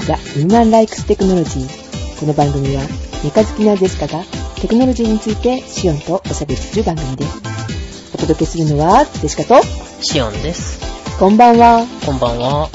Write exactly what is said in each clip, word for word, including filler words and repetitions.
The Woman Likes Technology。この番組はメカ好きなジェシカがテクノロジーについてシオンとおしゃべりする番組です。お届けするのはジェシカとシオンです。 こんばんは。 こんばんは。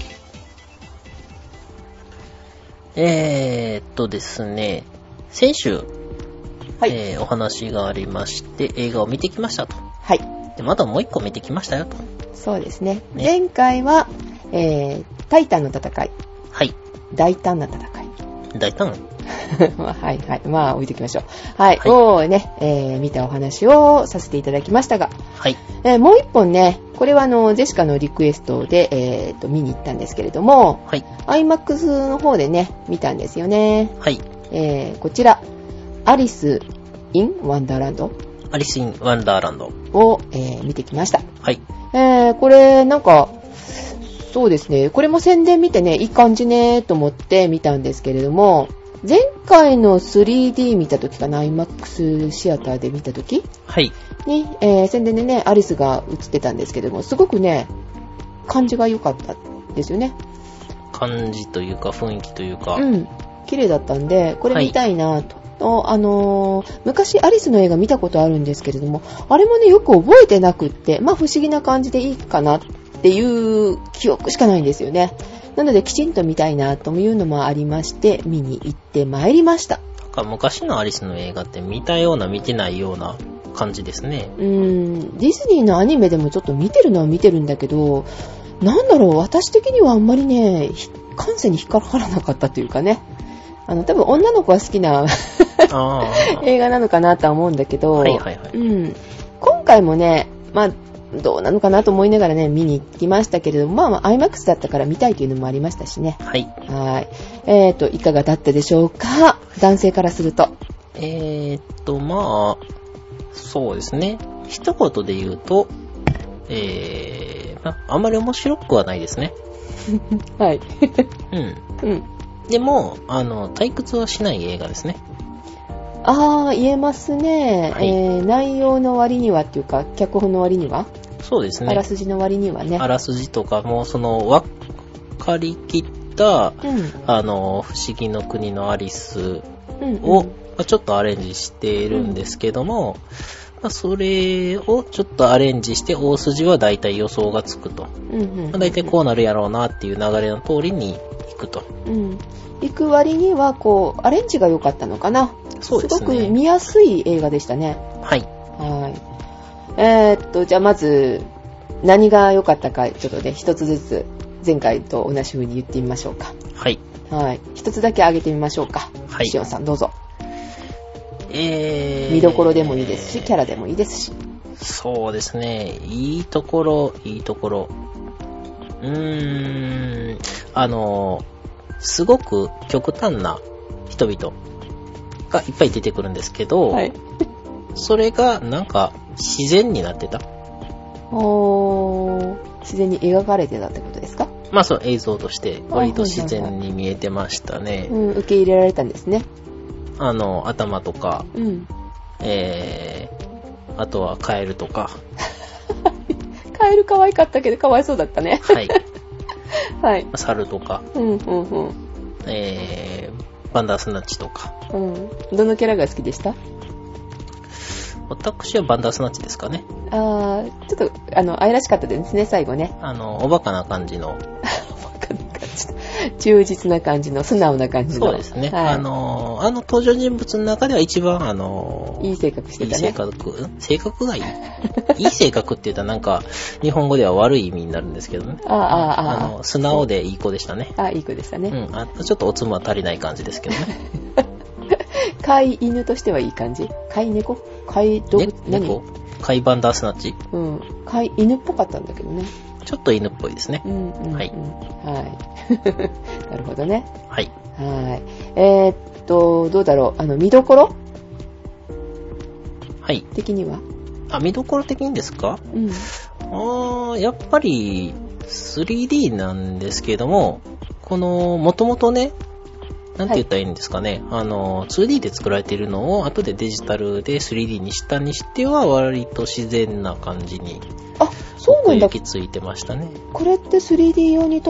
えーっとですね、先週、はい、えー、お話がありまして映画を見てきましたと。 はい。 でまだもう一個見てきましたよと。 そうですね。ね、前回は、えー、タイタンの戦い。 はい。 大胆な戦い。 大胆はいはい。まあ置いておきましょう。はい。はい、をね、えー、見たお話をさせていただきましたが。 はい。 えー、もう一本ね、これはあの、ジェシカのリクエストで、えーと、見に行ったんですけれども。 はい。 アイマックス の方でね、見たんですよね。 はい。 えー、こちら、アリス・イン・ワンダーランド。 アリス・イン・ワンダーランド。 を、えー、見てきました。 はい。 えー、これ、なんか、そうですね。これも宣伝見てね、いい感じねと思って見たんですけれども、前回の スリーディー 見た時かな、アイマックス シアターで見た時はいに、えー、宣伝でね、アリスが映ってたんですけれども、すごくね、感じが良かったですよね。 感じというか、雰囲気というか。 うん。綺麗だったんで、これ見たいなと。はい、あのー、昔アリスの映画見たことあるんですけれども、あれもね、よく覚えてなくって、まあ不思議な感じでいいかなっていう記憶しかないんですよね。なのできちんと見たいなというのもありまして、見に行ってまいりました。 なんか昔のアリスの映画って見たような見てないような感じですね。 うーん、ディズニーのアニメでもちょっと見てるのは見てるんだけど、なんだろう、私的にはあんまりね、感性に引っかからなかったというかね。あの、多分女の子が好きなあ映画なのかなとは思うんだけど、 はいはいはい。 うん。今回もね、まあ、どうなのかなと思いながらね、見に行きましたけれども、まあまあ、アイマックス だったから見たいというのもありましたしね。 はい。 はい。えーと、いかがだったでしょうか？男性からすると。 えーっと、まあ、そうですね。一言で言うと、えー、まあ、あんまり面白くはないですね。 はい。 うん。 うん。 でも、あの、退屈はしない映画ですね。 あー、言えますね。はい、えー、内容の割にはっていうか、脚本の割にはそうですね。 あらすじの割にはね。 あらすじとかも、その、わかりきった、うん、あの、不思議の国のアリスを、うんうん、まあ、ちょっとアレンジしているんですけども、うんまあ、それをちょっとアレンジして、大筋はだいたい予想がつくと。うんうんうんうん、だいたいこうなるやろうなっていう流れの通りに行くと。 うん行く割にはこうアレンジが良かったのかな。 そうですね。 すごく見やすい映画でしたね。 はい。 はい。えー、っとじゃあまず何が良かったかちょっとね一つずつ前回と同じ風に言ってみましょうか。 はい。 はい。一つだけ挙げてみましょうか。 はい。 しおんさんどうぞ。 えー、 見どころでもいいですし、キャラでもいいですし。 そうですね。いいところいいところ。うーんあの。すごく極端な人々がいっぱい出てくるんですけど、はい、それがなんか自然になってた。 おー、自然に描かれてたってことですか？ まあそう映像として割と自然に見えてましたね。 うん、受け入れられたんですね。 あの頭とか、 うん、 えー、あとはカエルとか。 カエル可愛かったけどかわいそうだったね。 はい。 はい。 猿とか、 うんうんうん、 えー、バンダースナッチとか、 うん。どのキャラが好きでした？ 私はバンダースナッチですかね。 あー、ちょっとあの愛らしかったですね最後ね。 あのおバカな感じの。 おバカな感じの忠実な感じの素直な感じの。 そうですね。はい、あのあの登場人物の中では一番あのいい性格してたね。 いい性格、性格がいい。いい性格って言ったらなんか日本語では悪い意味になるんですけどね。 ああああの素直でいい子でしたね。 あいい子でしたね。 うん。あとちょっとおつむは足りない感じですけどね。 飼い犬としてはいい感じ。飼い猫？飼い動物？ ね、猫？飼いバンダースナッチ？ うん。飼い犬っぽかったんだけどね。 ちょっと犬っぽいですね。 うんうんうん、 はい。 はい。なるほどね。 はい。 はい。えー、っとどうだろうあの見どころ？ はい。 的には？ あ、見どころ的にですか？ うん。 あー、やっぱり スリーディー なんですけども、このもともとね。なんて言ったらいいんですかね、はい、あの ツーディー で作られているのを後でデジタルで スリーディー にしたにしては割と自然な感じにあ、そうなんだ。 奥行きついてましたね。 これって スリーディー 用に撮っ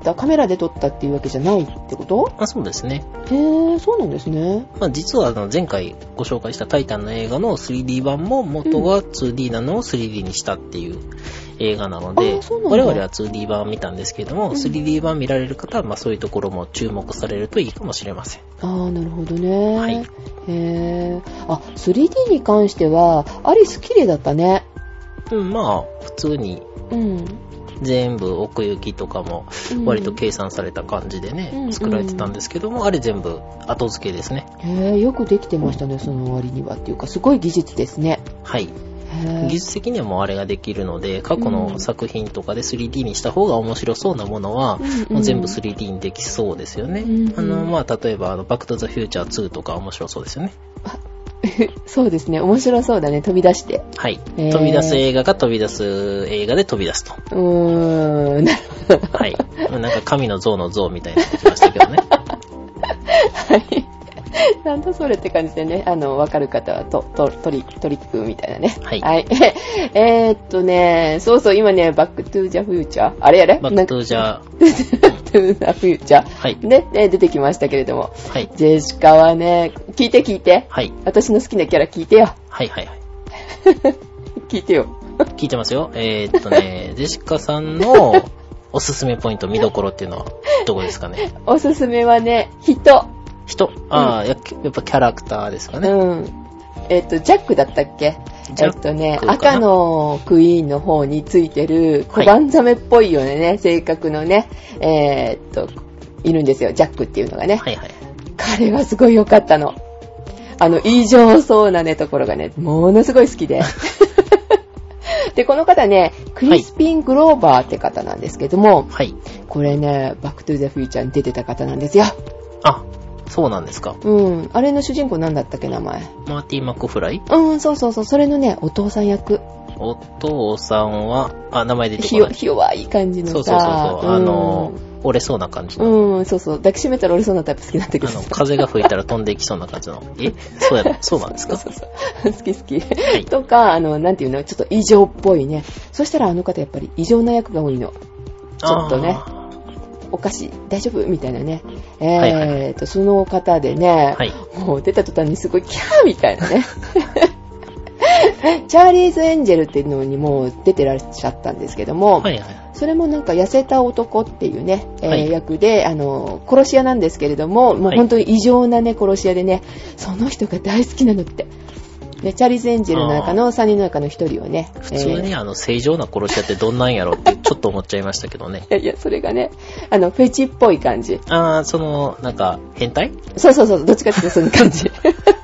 ったカメラで撮ったっていうわけじゃないってこと？ あ、そうですね。 へー、そうなんですね。 まあ、実はあの前回ご紹介したタイタンの映画の スリーディー 版も元が ツーディー なのを スリーディー にしたっていう映画なので、我々は ツーディー 版を見たんですけれども、うん、スリーディー 版見られる方は、まあ、そういうところも注目されるといいかもしれません。 ああ、なるほどね。 はい。 へー。あ、スリーディー に関してはアリス綺麗だったね。 うん、まあ普通に。うん。全部奥行きとかも割と計算された感じでね、うん、作られてたんですけども、うんうん、あれ全部後付けですね。 へー、よくできてましたね、その割にはっていうか、すごい技術ですね。 はい。技術的にはもうあれができるので、過去の作品とかで スリーディー にした方が面白そうなものは、うん、もう全部 スリーディー にできそうですよね。うんうん、あの、まあ、例えば、あの、バックトゥザフューチャーツーとか面白そうですよね。 そうですね、面白そうだね、飛び出して。 はい。えー、飛び出す映画が飛び出す映画で飛び出すと。 うーん、なるほど。 はい。なんか神の像の像みたいになってきましたけどね。 はい。なんだそれって感じでね、あの、わかる方はト、ト、トリ、トリックみたいなね。 はい。 はい。えーっとね、そうそう、今ね、バックトゥーザフューチャー。あれやれバックトゥーザトゥーザフューチャー。 はい。 で、ね、出てきましたけれども。 はい。 ジェシカはね、聞いて聞いて。 はい。 私の好きなキャラ聞いてよ。 はいはいはい。 聞いてよ。 聞いてますよ。えーっとね、ジェシカさんのおすすめポイント、見どころっていうのはどこですかね。 おすすめはね、人。 人、ああ、うん、や, やっぱキャラクターですかね。 うん。えっと、ジャックだったっけ？えっとね、赤のクイーンの方についてる小判ザメっぽいよね、はい、性格のね、えー、っと、いるんですよ、ジャックっていうのがね。 はいはい。 彼はすごい良かったの。あの、異常そうなね、ところがね、ものすごい好きで。で、この方ね、クリスピン・グローバーって方なんですけども、 はい。 これね、バックトゥーザフューチャーに出てた方なんですよ。 あ、そうなんですか。 うん。あれの主人公なんだったっけ、名前。 マーティー・マックフライ？ うん、そうそうそう。それのね、お父さん役。 お父さんは、あ、名前出てこない。 ひ弱い感じのさ。 そうそうそうそう。あの、折れそうな感じの。うん、そうそう。抱きしめたら折れそうなタイプ好きなんだけど。あの、 風が吹いたら飛んでいきそうな感じの。えそうや、そうなんですか？ そうそうそう。好き好き。はい、とか、あの、なんていうの、ちょっと異常っぽいね。そしたらあの方やっぱり異常な役が多いの。ちょっとね。おかしい大丈夫みたいなね、えーはいはいはい、とその方でね、はい、もう出た途端にすごいキャーみたいなねチャーリーズ・エンジェルっていうのにもう出てらっしゃったんですけども、はいはい、それもなんか痩せた男っていうね、えーはい、役であの殺し屋なんですけれども、もう本当に異常なね殺し屋でね、その人が大好きなのってね、チャーリーズ・エンジェルの中のさんにんの中のひとりをね。 普通に、えー、あの、正常な殺し屋ってどんなんやろってちょっと思っちゃいましたけどね。 いやいや、それがね、あの、フェチっぽい感じ。 あー、その、なんか、変態？ そうそうそう、どっちかっていうとその感じ。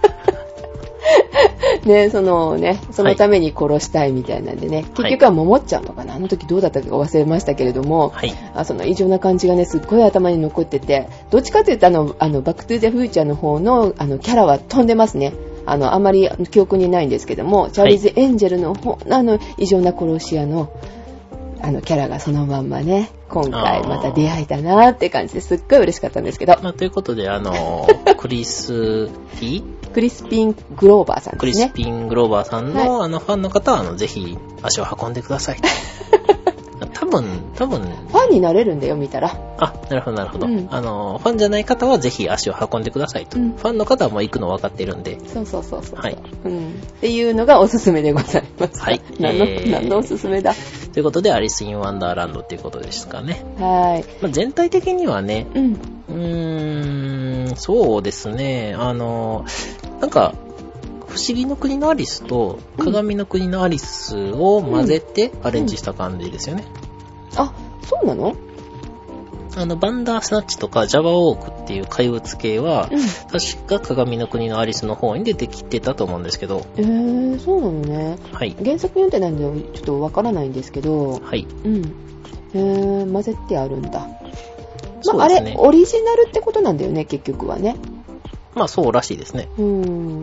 ね、そのね、そのために殺したいみたいなんでね、はい、結局は守っちゃうのかな、あの時どうだったか忘れましたけれども、はい、あその異常な感じがね、すっごい頭に残ってて、どっちかというとあの、あの、バックトゥーザフューチャーの方の、あの、キャラは飛んでますね。あの、あまり記憶にないんですけども、チャーリーズ・エンジェルの方、はい、あの、異常な殺し屋の、あの、キャラがそのまんまね、今回また出会えたなーって感じですっごい嬉しかったんですけど。 まあ、ということで、あの、クリス・ピクリスピン・グローバーさんですね。 クリスピン・グローバーさんの、はい、あの、ファンの方は、あの、ぜひ足を運んでください。多分、多分。ファンになれるんだよ、見たら。 あ、なるほど、なるほど、うん。あの、ファンじゃない方はぜひ足を運んでくださいと。うん、ファンの方はもう行くの分かってるんで。 そうそうそうそう。はい。うん。っていうのがおすすめでございます。はい。何の、えー、何のおすすめだ。 ということで、アリス・イン・ワンダーランドっていうことですかね。 はい。 まあ、全体的にはね、うん。うーん、そうですね。あの、なんか、不思議の国のアリスと鏡の国のアリスを混ぜてアレンジした感じですよね。 うんうん、あ、そうなの？ あの、バンダースナッチとかジャワオークっていう怪物系は、うん、確か鏡の国のアリスの方に出てきてたと思うんですけど。 えー、そうなのね。 はい。 原作読んでないんでちょっとわからないんですけど。 はい。 うん。えー、混ぜてあるんだ。まあ、 そうですね。 あれ、オリジナルってことなんだよね、結局はね。 まあそうらしいですね。うん、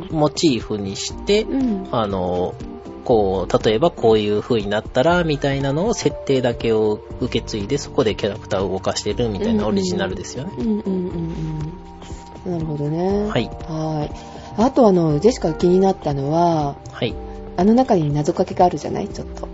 モチーフにして、うん、あの、こう、例えばこういう風になったら、みたいなのを設定だけを受け継いで、そこでキャラクターを動かしてるみたいなオリジナルですよね。うんうんうんうん、なるほどね。 はい。 はい。あとあの、ジェシカが気になったのは、 はい。 あの中に謎かけがあるじゃない？ちょっと。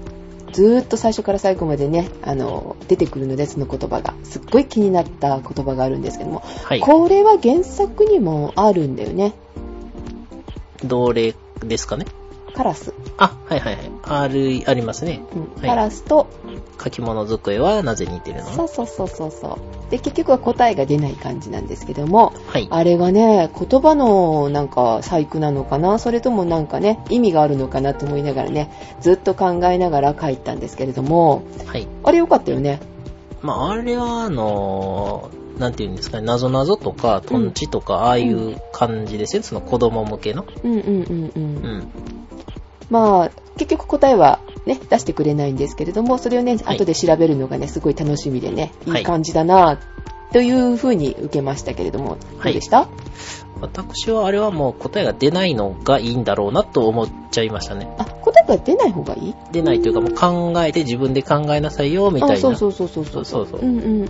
ずーっと最初から最後までね、あの、出てくるので、その言葉が。すっごい気になった言葉があるんですけども、はい、これは原作にもあるんだよね。 どれですかね？ カラス。 あ、はいはいはい。ある、ありますね。 うん。カラスと、 書き物机はなぜ似てるの？ そうそうそうそうそう。で、結局は答えが出ない感じなんですけども、 はい、 あれがね、言葉のなんか細工なのかな、それともなんかね、意味があるのかなと思いながらね、ずっと考えながら書いたんですけれども、 はい、 あれよかったよね。 まあ、あれはあのー、なんていうんですかね、なぞなぞとか、トンチとか、うん、ああいう感じですよ、その子供向けの。 うんうんうんうん。うん、まあ、結局答えはね、出してくれないんですけれども、それをね、はい、後で調べるのがね、すごい楽しみでね、いい感じだな、という風に受けましたけれども、どうでした？はい、 私はあれはもう答えが出ないのがいいんだろうなと思っちゃいましたね。 あ、答えが出ない方がいい？ 出ないというか、もう考えて自分で考えなさいよ、みたいな。あ、 そうそうそうそうそう。 そうそう。 うんうんうん。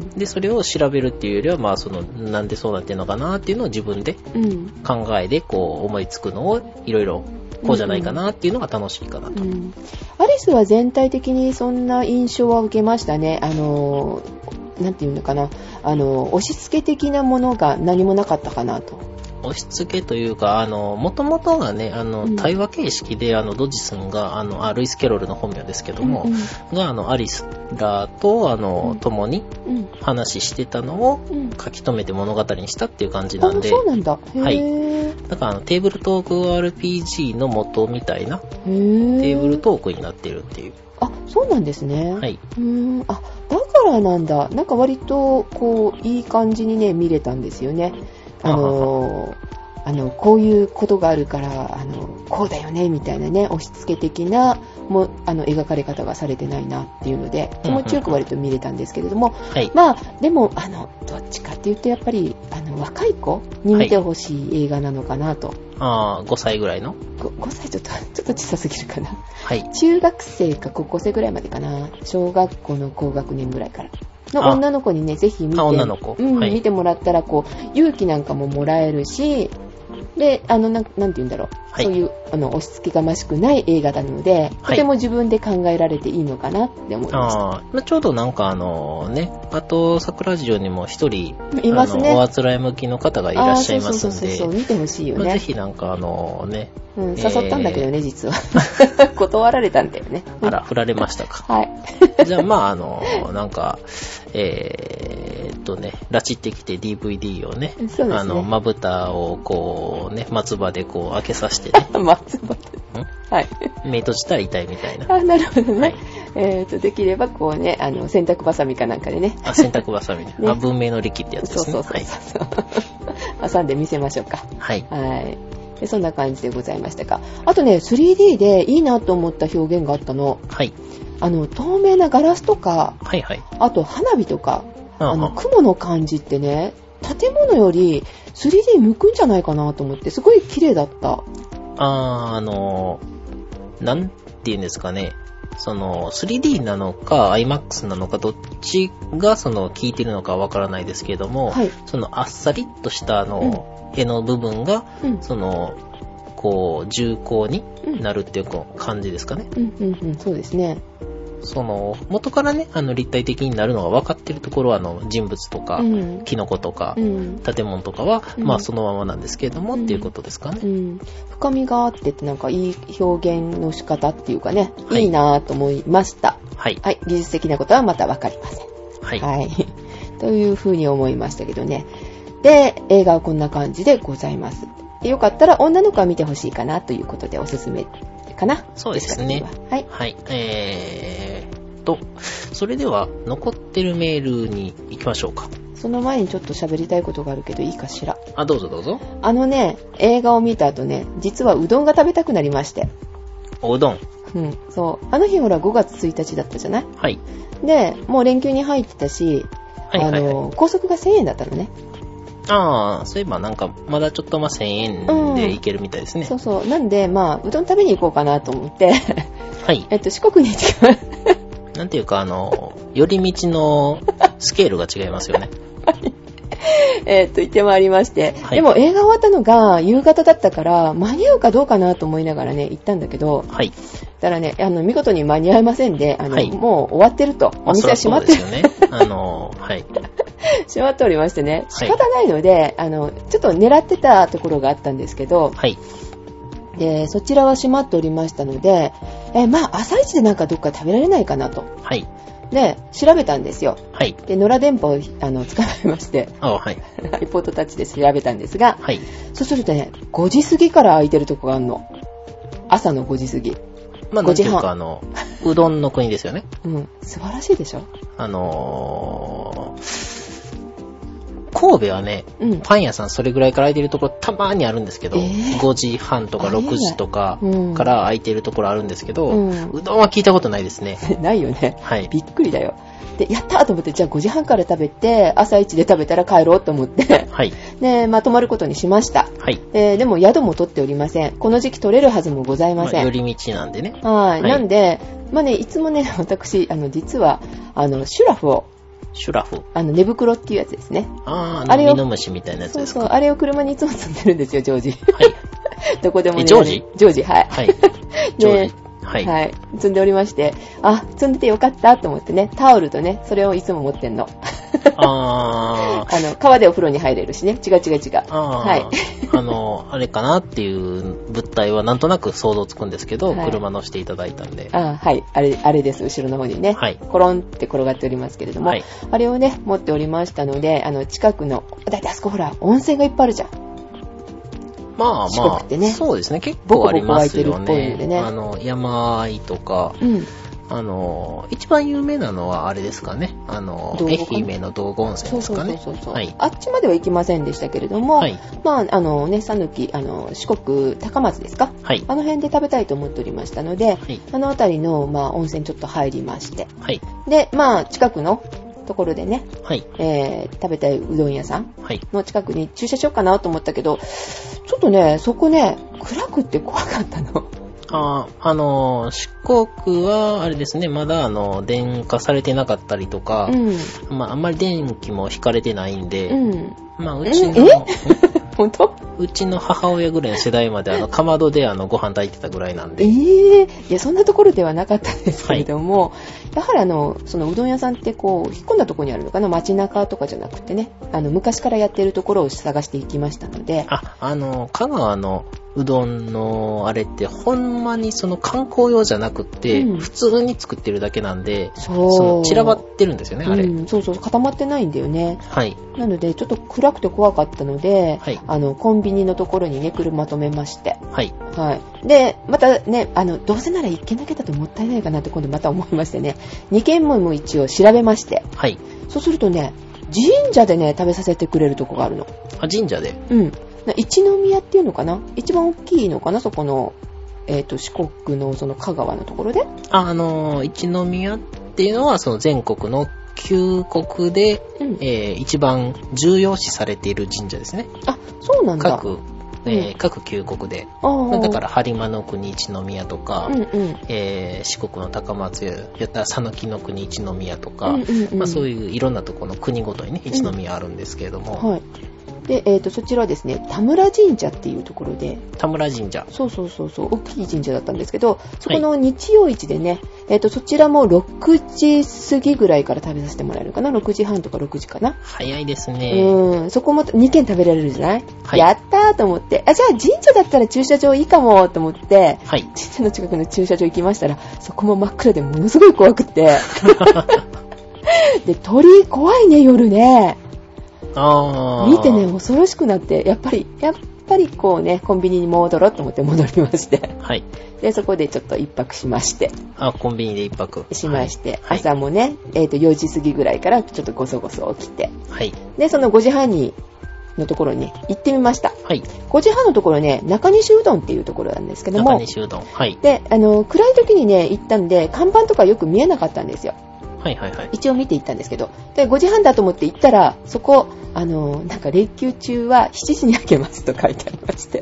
で、それを調べるっていうよりは、まあ、その、なんでそうなってんのかなっていうのを自分で考えで、こう、思いつくのをいろいろ、こうじゃないかなっていうのが楽しいかなと、うんうん。 アリスは全体的にそんな印象は受けましたね。あの、なんていうのかな。あの、押し付け的なものが何もなかったかなと。 押し付けというか、あの、元々がね、あの、うん、対話形式で、あの、ドジソンが、あの、あルイス・キャロルの本名ですけども、うんうん、が、あの、アリスらと、あの、うん、共に話してたのを書き留めて物語にしたっていう感じなんで。 あ、そうなんだ。へー。 はい。だから、あの、テーブルトーク アールピージー の元みたいな、テーブルトークになってるっていう。 あ、そうなんですね。 はい。 うーん、あ、だからなんだ。なんか割と、こう、いい感じにね、見れたんですよね。あのー、あの、こういうことがあるから、あの、こうだよね、みたいなね、押し付け的な、もあの、描かれ方がされてないなっていうので、気持ちよく割と見れたんですけれども、 はい、 まあ、でも、あの、どっちかって言うと、やっぱり、あの、若い子に見てほしい映画なのかなと。はい、 ああ、ごさいぐらいの 5, 5歳ちょっと、ちょっと小さすぎるかな。 はい。 中学生か高校生ぐらいまでかな。小学校の高学年ぐらいから。の女の子にね、ぜひ見て、 女の子、 うん、 はい、 見てもらったら、こう、勇気なんかももらえるし、で、あの、な、なんて言うんだろう、はい、そういう、あの、押し付けがましくない映画なので、とても自分で考えられていいのかなって思いました。 はい、あちょうどなんかあのね、あと、桜ジオにも一人、 いますね。 おあつらい向きの方がいらっしゃいますんで、 そうそうそうそう、見てほしいよね。 まあ、ぜひなんかあのね、 うん、誘ったんだけどね、えー、実は。断られたんだよね。 あら、振られましたか。 はい。 じゃあ、まあ、あの、なんか、えー、っとね、拉致ってきて ディーブイディー をね、 そうですね、 あの、まぶたをこうね、松葉でこう開けさせてね。 松葉で。はい。 目閉じたら痛いみたいな。 あ、なるほどね。はい、えーと、できればこうね、あの、洗濯バサミかなんかでね。 あ、洗濯バサミね。あ、文明の利器ってやつですね。 そうそうそうそう。はい、挟んで見せましょうか。 はい。 はい。でそんな感じでございましたか。あとね、スリーディー でいいなと思った表現があったの。 はい。 あの、透明なガラスとか、 はいはい。 あと花火とか、ああの、雲の感じってね、建物より スリーディー 向くんじゃないかなと思って、すごい綺麗だった。 あー、あのー、なんて言うんですかね。その スリーディー なのか アイマックス なのかどっちがその効いてるのかわからないですけれども、はい、そのあっさりっとしたあの、うん、絵の部分が、うん、そのこう重厚になるっていうこう感じですかね。 うんうんうん、そうですね。 その元からねあの立体的になるのが分かってるところはあの人物とか、うん、キノコとか、うん、建物とかは、うん、まあそのままなんですけれども、うん、っていうことですかね、 うん、深みがあってってなんかいい表現の仕方っていうかね、はい、いいなと思いました。 はい、 はい、技術的なことはまた分かりません。 はい、 はい、というふうに思いましたけどね。で映画はこんな感じでございます。よかったら女の子は見てほしいかなということでおすすめかな。 そうですね。 はい。 はい。えーと、それでは残ってるメールに行きましょうか。 その前にちょっと喋りたいことがあるけどいいかしら。 あ、どうぞどうぞ。 あのね、映画を見た後ね、実はうどんが食べたくなりまして。 おうどん。 うん、そう。あの日ほらごがつついたちだったじゃない？ はい。 で、もう連休に入ってたし、 はいはいはい、 あの、高速がせんえんだったのね。 ああ、そういえばなんかまだちょっとまあせんえんでいけるみたいですね、うん、 そうそうなんでまあうどん食べに行こうかなと思ってはいえっと四国に行ってきますなんていうかあの寄り道のスケールが違いますよねはいえっと、行ってまいりまして、 はい、 でも映画終わったのが夕方だったから、間に合うかどうかなと思いながらね、行ったんだけど、 はい。 だからね、あの、見事に間に合いませんで、あの、はい、もう終わってると。お店は閉まってる。 そうですよね。あの、はい。 閉まっておりましてね、仕方ないので、はい、あの、ちょっと狙ってたところがあったんですけど、 はい。 で、そちらは閉まっておりましたので、え、まあ、朝一でなんかどっか食べられないかなと。 はい。 で、調べたんですよ。 はい。 で、野良電波をあの捕まえまして、 あ、はい。 リポートタッチで調べたんですが、 はい。 そうするとね、ごじ過ぎから空いてるとこがあるの。朝のごじ過ぎ。 まあ、ごじはん。なんていうか、あの、うどんの国ですよね。 うん。素晴らしいでしょ？ あのー、神戸はね、うん、パン屋さんそれぐらいから空いてるところたまにあるんですけど、えー、ごじはんとかろくじとかから空いてるところあるんですけど、うん、うどんは聞いたことないですね。 ないよね。 はい。 びっくりだよ。で、やったーと思って、じゃあごじはんから食べて、朝一で食べたら帰ろうと思って、 はい。 で、まあ、泊まることにしました。 はい。 えー、でも宿も取っておりません。この時期取れるはずもございません。 まあ、寄り道なんでね。 はい。なんで、まあね、いつもね、私、あの、実は、あの、シュラフを、 シュラフ。 あの、寝袋っていうやつですね。 ああ、あれを、ミノムシみたいなやつですか。 そうそう、あれを車にいつも積んでるんですよ、ジョージ。 はい。 どこでもね。 ジョージジョージ、はい。 はい。ジョージ。はい。 はい。積んでおりまして、あ、積んでてよかったと思ってね、タオルとね、それをいつも持ってんの。 ああの、川でお風呂に入れるしね。違う違う違う。 あはい。あの、あれかなっていう物体はなんとなく想像つくんですけど、はい、車乗せていただいたんで。 あはい。あれ、あれです。後ろの方にね。 はい。 コロンって転がっておりますけれども、はい、あれをね、持っておりましたので、あの、近くの、だいたいあそこほら、温泉がいっぱいあるじゃん。 まあまあ、ね、そうですね。結構ありますよね。 ボコボコ湧いてるっぽいのでね。 あの、山あいとか、 うん、 あの、一番有名なのはあれですかね。あの、愛媛の道後温泉ですかね。 そうそうそうそう、 はい。 あっちまでは行きませんでしたけれども、はい、まあ、あのね、讃岐、あの、四国、高松ですか、 はい。 あの辺で食べたいと思っておりましたので、はい、あの辺りの、まあ、温泉ちょっと入りまして、 はい。 で、まあ、近くのところでね、 はい。 えー、食べたいうどん屋さんの近くに駐車しようかなと思ったけど、ちょっとね、そこね、暗くって怖かったの。 ああ、あの、四国は、あれですね、まだ、あの、電化されてなかったりとか、うん、まあ、あんまり電気も引かれてないんで、うん、まあ、うちの、 え本当？ うちの母親ぐらいの世代まで、あの、かまどで、あの、ご飯炊いてたぐらいなんで。 ええー、いや、そんなところではなかったんですけれども、はい、やはりあの、そのうどん屋さんってこう、引っ込んだところにあるのかな、街中とかじゃなくてね、あの、昔からやってるところを探していきましたので。 あ、あの、香川の、うどんのあれってほんまにその観光用じゃなくって、うん、普通に作ってるだけなんで、 そうその散らばってるんですよね、あれ、 うん、そうそう固まってないんだよね。 はい。 なのでちょっと暗くて怖かったので、はい、あのコンビニのところにね車止めまして、 はいはい。でまたねあのどうせならいっけんだけだともったいないかなって今度また思いましてね、にけんも一応調べまして、 はい。 そうするとね神社でね食べさせてくれるとこがあるの。 あ、神社で。 うん。一宮っていうのかな、一番大きいのかな、そこの、えっと、四国のその香川のところで。 あ、あの、一宮っていうのは、その全国の旧国で、うん、えー、一番重要視されている神社ですね。 あ、そうなんだ。 各、えーうん、各旧国で。だから、播磨の国一宮とか、うんうん、えー、四国の高松やったら讃岐の国一宮とか、うんうんうん、まあ、そういういろんなところの国ごとにね、一宮あるんですけれども、 うん、はい。で、えっと、そちらはですね、田村神社っていうところで。 田村神社。 そうそうそうそう、大きい神社だったんですけど、そこの日曜市でね、はい、えっと、そちらもろくじ過ぎぐらいから食べさせてもらえるかな、ろくじはんとかろくじかな。 早いですね。 うん、そこもにけん食べられるじゃない、 はい、 やったーと思って、あ、じゃあ神社だったら駐車場いいかもと思って、 はい、 神社の近くの駐車場行きましたら、そこも真っ暗でものすごい怖くって。で、鳥居怖いね、夜ね。 あ見てね恐ろしくなって、やっぱりやっぱりこうねコンビニに戻ろうと思って戻りまして、 はい、 でそこでちょっと一泊しまして、 あコンビニで一泊しまして、 はい、 朝もね、えーとよじ過ぎぐらいからちょっとごそごそ起きて、 はい、 でそのごじはんにのところに行ってみました、 はい、 ごじはんのところね中西うどんっていうところなんですけども、 中西うどん、はい、 であの暗い時にね行ったんで看板とかよく見えなかったんですよ。 はいはいはい、 一応見ていったんですけど、でごじはんだと思って行ったらそこあのなんか連休中はしちじに開けますと書いてありまして、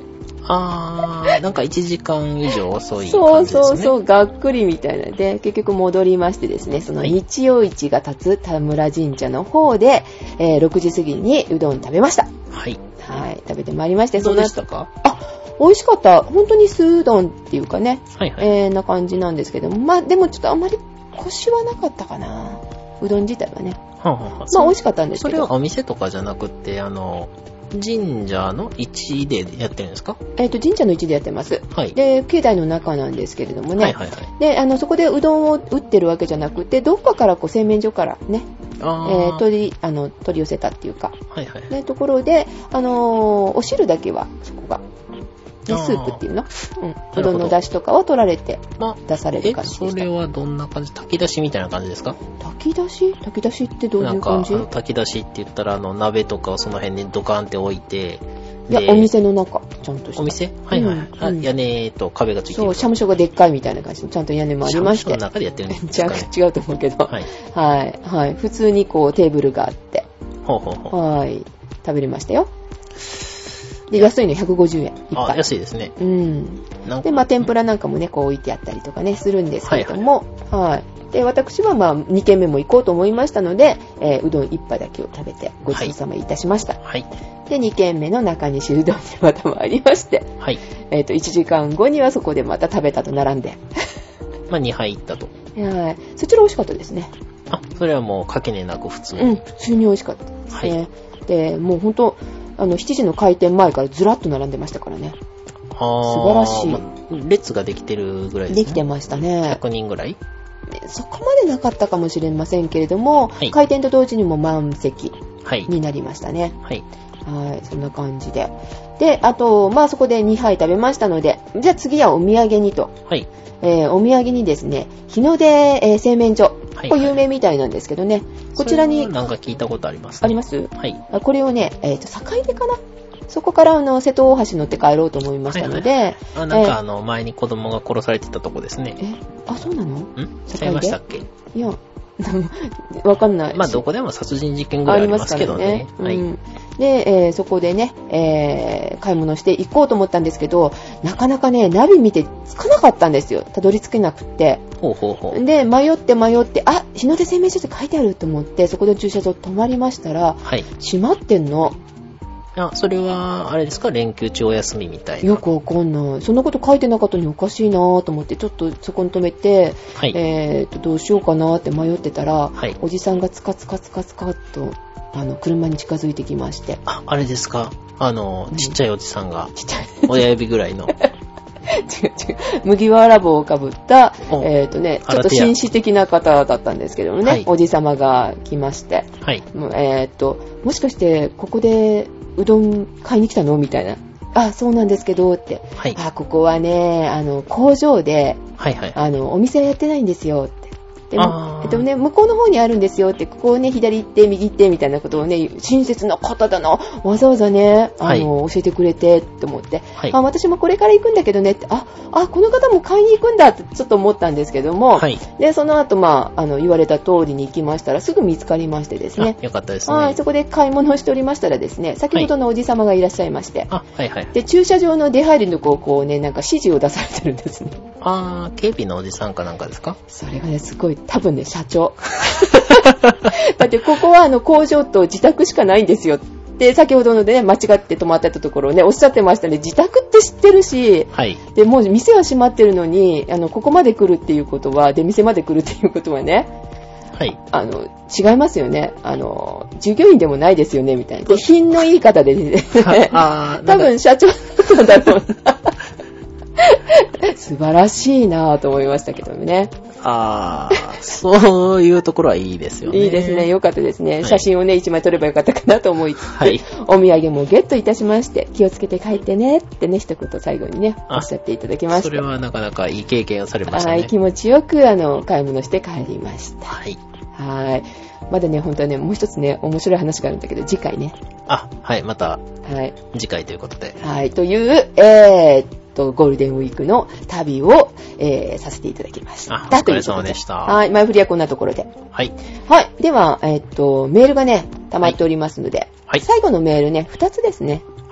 あー、なんかいちじかん以上遅い感じですね。 そうそうそう、がっくりみたいなので、結局戻りましてですね、その日曜市が立つ田村神社の方で、えー、ろくじ過ぎにうどん食べました。 はい。 はい、食べてまいりまして、 どうでしたか？ あ、美味しかった。本当に酢うどんっていうかね、 はいはい、 えー、な感じなんですけども、まあでもちょっとあんまりコシはなかったかな。うどん自体はね。 はあはあ、 まあ美味しかったんですけど。 それはお店とかじゃなくて、あの、神社の市でやってるんですか？ えっと、神社の市でやってます。 はい。 で、境内の中なんですけれどもね。 はいはいはい。 で、あの、そこでうどんを打ってるわけじゃなくて、どっかからこう、製麺所からね、 あえー、取り、あの、取り寄せたっていうか、 はいはい。 ね、ところで、あのー、お汁だけは、そこが、で、スープっていうの、うん、うどんの出汁とかは取られて出される感じでした。 え、それはどんな感じ？炊き出しみたいな感じですか？ 炊き出し？炊き出しってどういう感じ？ なんか、炊き出しって言ったら、あの、鍋とかをその辺にドカーンって置いて、 いや、お店の中、ちゃんとした。 お店？はいはい。うん、あ、屋根と壁がついてる。 そう、社務所がでっかいみたいな感じの、ちゃんと屋根もありまして。 社務所の中でやってるんですかね？ 違うと思うけど。はい。はい。はい。普通にこう、テーブルがあって。 ほうほうほう。 はい。食べれましたよ。で、安いのひゃくごじゅうえん。 あ、安いですね。 うん。で、まあ、天ぷらなんかもね、こう置いてあったりとかね、するんですけれども、はい、はい。はい。で、私はまあ、に軒目も行こうと思いましたので、えー、うどん一杯だけを食べてごちそうさまいたしました。 はい。 で、に軒目の中西うどんにまた参りまして、 はい。 えっと、いちじかんごにはそこでまた食べたと並んで。 まあ、にはい行ったと。 はい。そちら美味しかったですね。 あ、それはもう、かけねなく普通に。 うん、普通に美味しかったですね。はい。で、もうほんと、あの、しちじの開店前からずらっと並んでましたからね。 あ、 素晴らしい、ま。 列ができてるぐらいですね。 できてましたね。 ひゃくにんぐらい？ そこまでなかったかもしれませんけれども、はい、開店と同時にも満席になりましたね。 はい。 はい、そんな感じで。で、あと、まあそこでにはい食べましたので、じゃあ次はお土産にと。 はい。 えー、お土産にですね、日の出、えー、製麺所。はいはい、これ有名みたいなんですけどね。こちらに。 なんか聞いたことあります、ね。 あります？ はい。 これをね、えっと、境出かな？そこからあの瀬戸大橋乗って帰ろうと思いましたので、はいはい、 あ、なんかあの前に子供が殺されてたとこですね。 え、あ、そうなの？ん？ 違いましたっけ？ いや、わかんない。 まあどこでも殺人事件ぐらいありますけどね。 ありますからね。はい。うん、で、えー、そこでね、えー、買い物して行こうと思ったんですけど、なかなかね、ナビ見てつかなかったんですよ。たどり着けなくって。 ほうほうほう。 で、迷って迷って、あ、日の出製麺所って書いてあると思って、そこで駐車場止まりましたら、はい、閉まってんの。 あ、それは、あれですか？連休中お休みみたいな。 よくわかんない。そんなこと書いてなかったのにおかしいなと思って、ちょっとそこに止めて、はい、えーと、どうしようかなって迷ってたら、はい、おじさんがツカツカツカツカっと、あの、車に近づいてきまして。 あ、あれですか？あの、ちっちゃいおじさんが、ちっちゃい。親指ぐらいの。 違う違う。麦わら帽をかぶった、えっとね、ちょっと紳士的な方だったんですけどもね、はい、おじさまが来まして、はい、えっと、もしかしてここでうどん買いに来たのみたいな。あ、そうなんですけどって、はい、あ、ここはね、あの工場で、はいはい、あのお店はやってないんですよって。でもえっとね、向こうの方にあるんですよって、ここをね、左行って、右行って、みたいなことをね、親切な方だな、わざわざね、あの、はい、教えてくれて、って思って、はい、あ、私もこれから行くんだけどねって、あ、あ、この方も買いに行くんだってちょっと思ったんですけども、はい、で、その後、まあ、あの、言われた通りに行きましたら、すぐ見つかりましてですね。 よかったですね。 はい、そこで買い物をしておりましたらですね、先ほどのおじさまがいらっしゃいまして、 はい、あ、はいはい。 で、駐車場の出入りのこう、こうね、なんか指示を出されてるんですね。 あー、警備のおじさんかなんかですか？ それがね、すごい、多分ね、社長。だってここはあの工場と自宅しかないんですよって先ほどので、ね、間違って止まってたところをねおっしゃってましたね。自宅って知ってるし、はい、でもう店は閉まってるのにあのここまで来るっていうことはで店まで来るっていうことはね、はい、あの違いますよね。あの従業員でもないですよねみたいな品のいい方でね多分社長なんだろうな素晴らしいなぁと思いましたけどね。 ああ、そういうところはいいですよね。 いいですね。よかったですね。はい、写真をね、一枚撮ればよかったかなと思いつつ、はい、お土産もゲットいたしまして、気をつけて帰ってねってね、一言最後にね、おっしゃっていただきました。 それはなかなかいい経験をされましたね。 はい、気持ちよく、あの、買い物して帰りました。 はい。 はい。まだね、本当はね、もう一つね、面白い話があるんだけど、次回ね。 あ、はい、また、はい、次回ということで。 はい、という、えー、とゴールデンウィークの旅を、えー、させていただきました。 あ、お疲れ様でした。 はい、前振りはこんなところで。 はい。 はい。では、えー、っと、メールがね、溜まっておりますので、はい、最後のメールね、ふたつですね。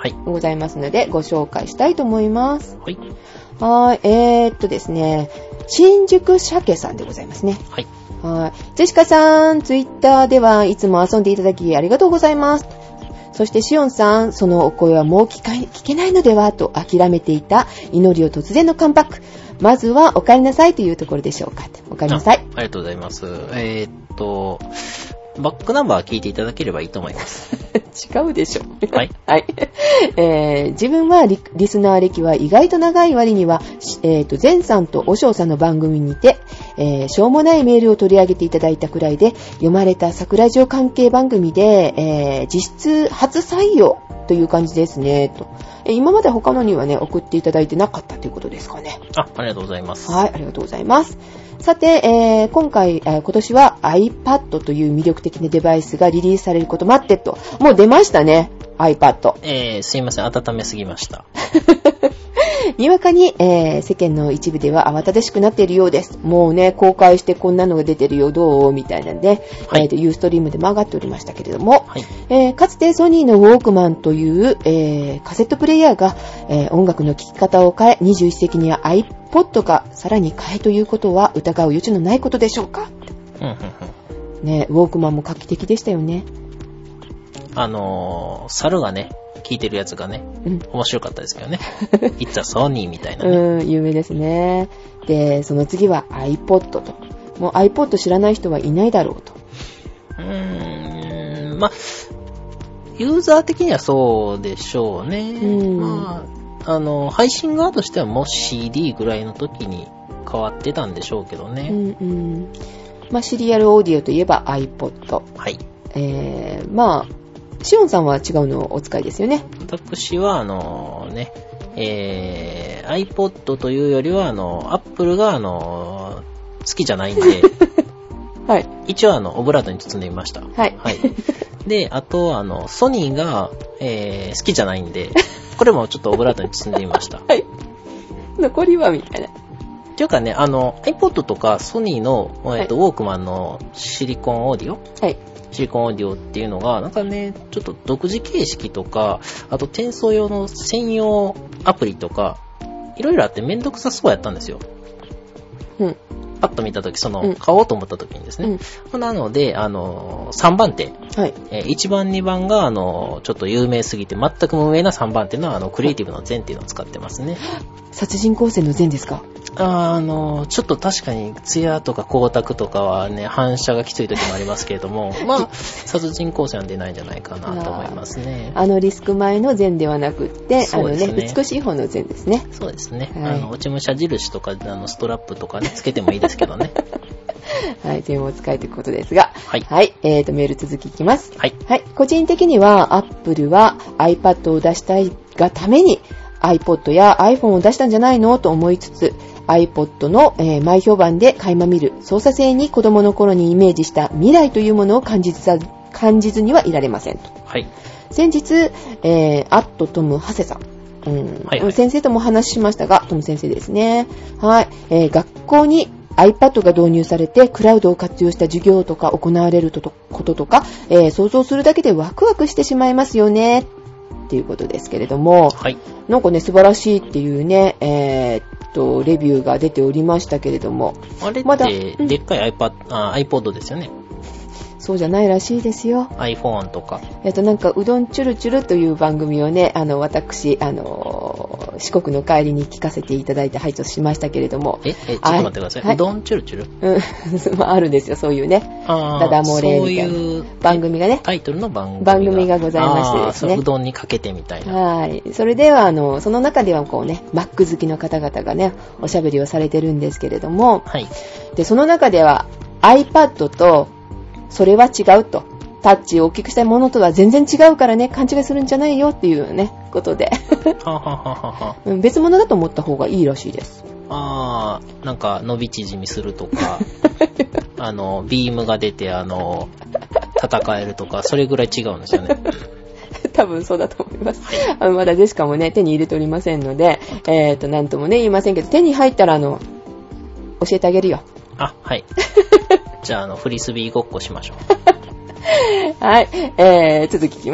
ございますので、ご紹介したいと思います。 はい。 はい。えー、っとですね、新宿鮭さんでございますね。 はい。 はい。ジェシカさん、ツイッターではいつも遊んでいただきありがとうございます。そしてシオンさん、そのお声はもう聞か、聞けないのではと諦めていた祈りを突然のカムバック。まずはお帰りなさいというところでしょうか。お帰りなさい。 あ, ありがとうございます。えー、っとバックナンバー聞いていただければいいと思います違うでしょはい、 はいえー、自分は リ, リスナー歴は意外と長い割には、えー、と前さんとおしょうさんの番組にて、えー、しょうもないメールを取り上げていただいたくらいで読まれた桜ジオ関係番組で、えー、実質初採用という感じですねと。今まで他のにはね送っていただいてなかったということですかね。 あ、ありがとうございます。 はい、ありがとうございます。さて、えー、今回、えー、今年は iPad という魅力的なデバイスがリリースされること待ってと。もう出ましたね、iPad。 えー、すいません、温めすぎました。 にわかに、えー、世間の一部では慌ただしくなっているようです。もうね、公開してこんなのが出てるよ、どうみたいなんで、はい、えーと、ユーストリームでも上がっておりましたけれども、はい、えー、かつてソニーのウォークマンという、えー、カセットプレイヤーが、えー、音楽の聴き方を変え、にじゅういっ世紀には iPod がさらに変えということは疑う余地のないことでしょうか。 うんうんうん、 ね、ウォークマンも画期的でしたよね。 あのー、猿がね、聞いてるやつがね、うん、面白かったですけどね。It's a Sony みたいなね。 うん、有名ですね。で、その次は iPod と。もう iPod 知らない人はいないだろうと。 うーん、まあ、ユーザー的にはそうでしょうね。うん、まあ、あの、配信側としてはもう シーディー ぐらいの時に変わってたんでしょうけどね。うんうん、 まあ、シリアルオーディオといえば iPod。 はい。 えー、まあ、シオンさんは違うのをお使いですよね。 私は、あのね、えー、iPod というよりは、あの、Apple が、あの、好きじゃないんで、 はい。 一応、あの、オブラートに包んでみました。 はい。 はい。で、あと、あの、ソニーが、えー、好きじゃないんで、これもちょっとオブラートに包んでみました。 はい。残りはみたいな。 っていうかね、あの、iPod とかソニーの、えっと、はい、ウォークマンのシリコンオーディオ、はい。シリコンオーディオっていうのが、なんかね、ちょっと独自形式とか、あと転送用の専用アプリとか、いろいろあってめんどくさそうやったんですよ。うん。パッと見たとき、その、うん、買おうと思ったときにですね。うん、なので、あの、さんばん手。はい。えー、いちばん、にばんが、あの、ちょっと有名すぎて、全く無名なさんばん手の、あの、クリエイティブの禅っていうのを使ってますね。 殺人光線の禅ですか？ あ, あの、ちょっと確かに、ツヤとか光沢とかはね、反射がきつい時もありますけれども、まあ、殺人光線は出ないんじゃないかなと思いますね。 あの、リスク前の禅ではなくって、あのね、美しい方の禅ですね。 そうですね。はい、あの、落ち武者印とか、あの、ストラップとかね、つけてもいいですけどね。 はい、禅を使えということですが、はい。はい、えーと、メール続きいきます。 はい。 はい、個人的には、Apple は iPad を出したいがために、iPod や iPhone を出したんじゃないのと思いつつ、iPod の、えー、前評判で垣間見る操作性に子供の頃にイメージした未来というものを感じず感じずにはいられませんと。 はい。 先日、えー、アットトムハセさん、うんはいはい、先生とも話しましたが、トム先生ですね。はい。えー、学校に iPad が導入されてクラウドを活用した授業とか行われることとか、えー、想像するだけでワクワクしてしまいますよねっていうことですけれども、はい、なんかね素晴らしいっていうね、えーとレビューが出ておりましたけれども、 あれって、まだでっかい iPad、あ、iPod ですよね。 そうじゃないらしいですよ。 iPhone とか、 えっとなんかうどんチュルチュルという番組をね、あの私あの四国の帰りに聞かせていただいて拝聴しましたけれども、 ええちょっと待ってください、はい、うどんチュルチュル、 うんまあ、あるんですよそういうね、あダダ漏れみたいなそういう番組がね、 タイトルの番組が番組がございましてですね、 うどんにかけてみたいな、 はい、それではあのその中ではこうね Mac 好きの方々がねおしゃべりをされてるんですけれども、はい、でその中では iPad とそれは違うと、タッチを大きくしたいものとは全然違うからね、勘違いするんじゃないよっていうねことではははは別物だと思った方がいいらしいです。 あー、なんか伸び縮みするとかあのビームが出てあの戦えるとか、それぐらい違うんですよね多分そうだと思います。あのまだジェシカもね手に入れておりませんので、えーとなんともね言いませんけど、手に入ったらあの教えてあげるよ。 あ、はいじゃあ、あのフリスビーごっこしましょうはい、えー、続きいきます。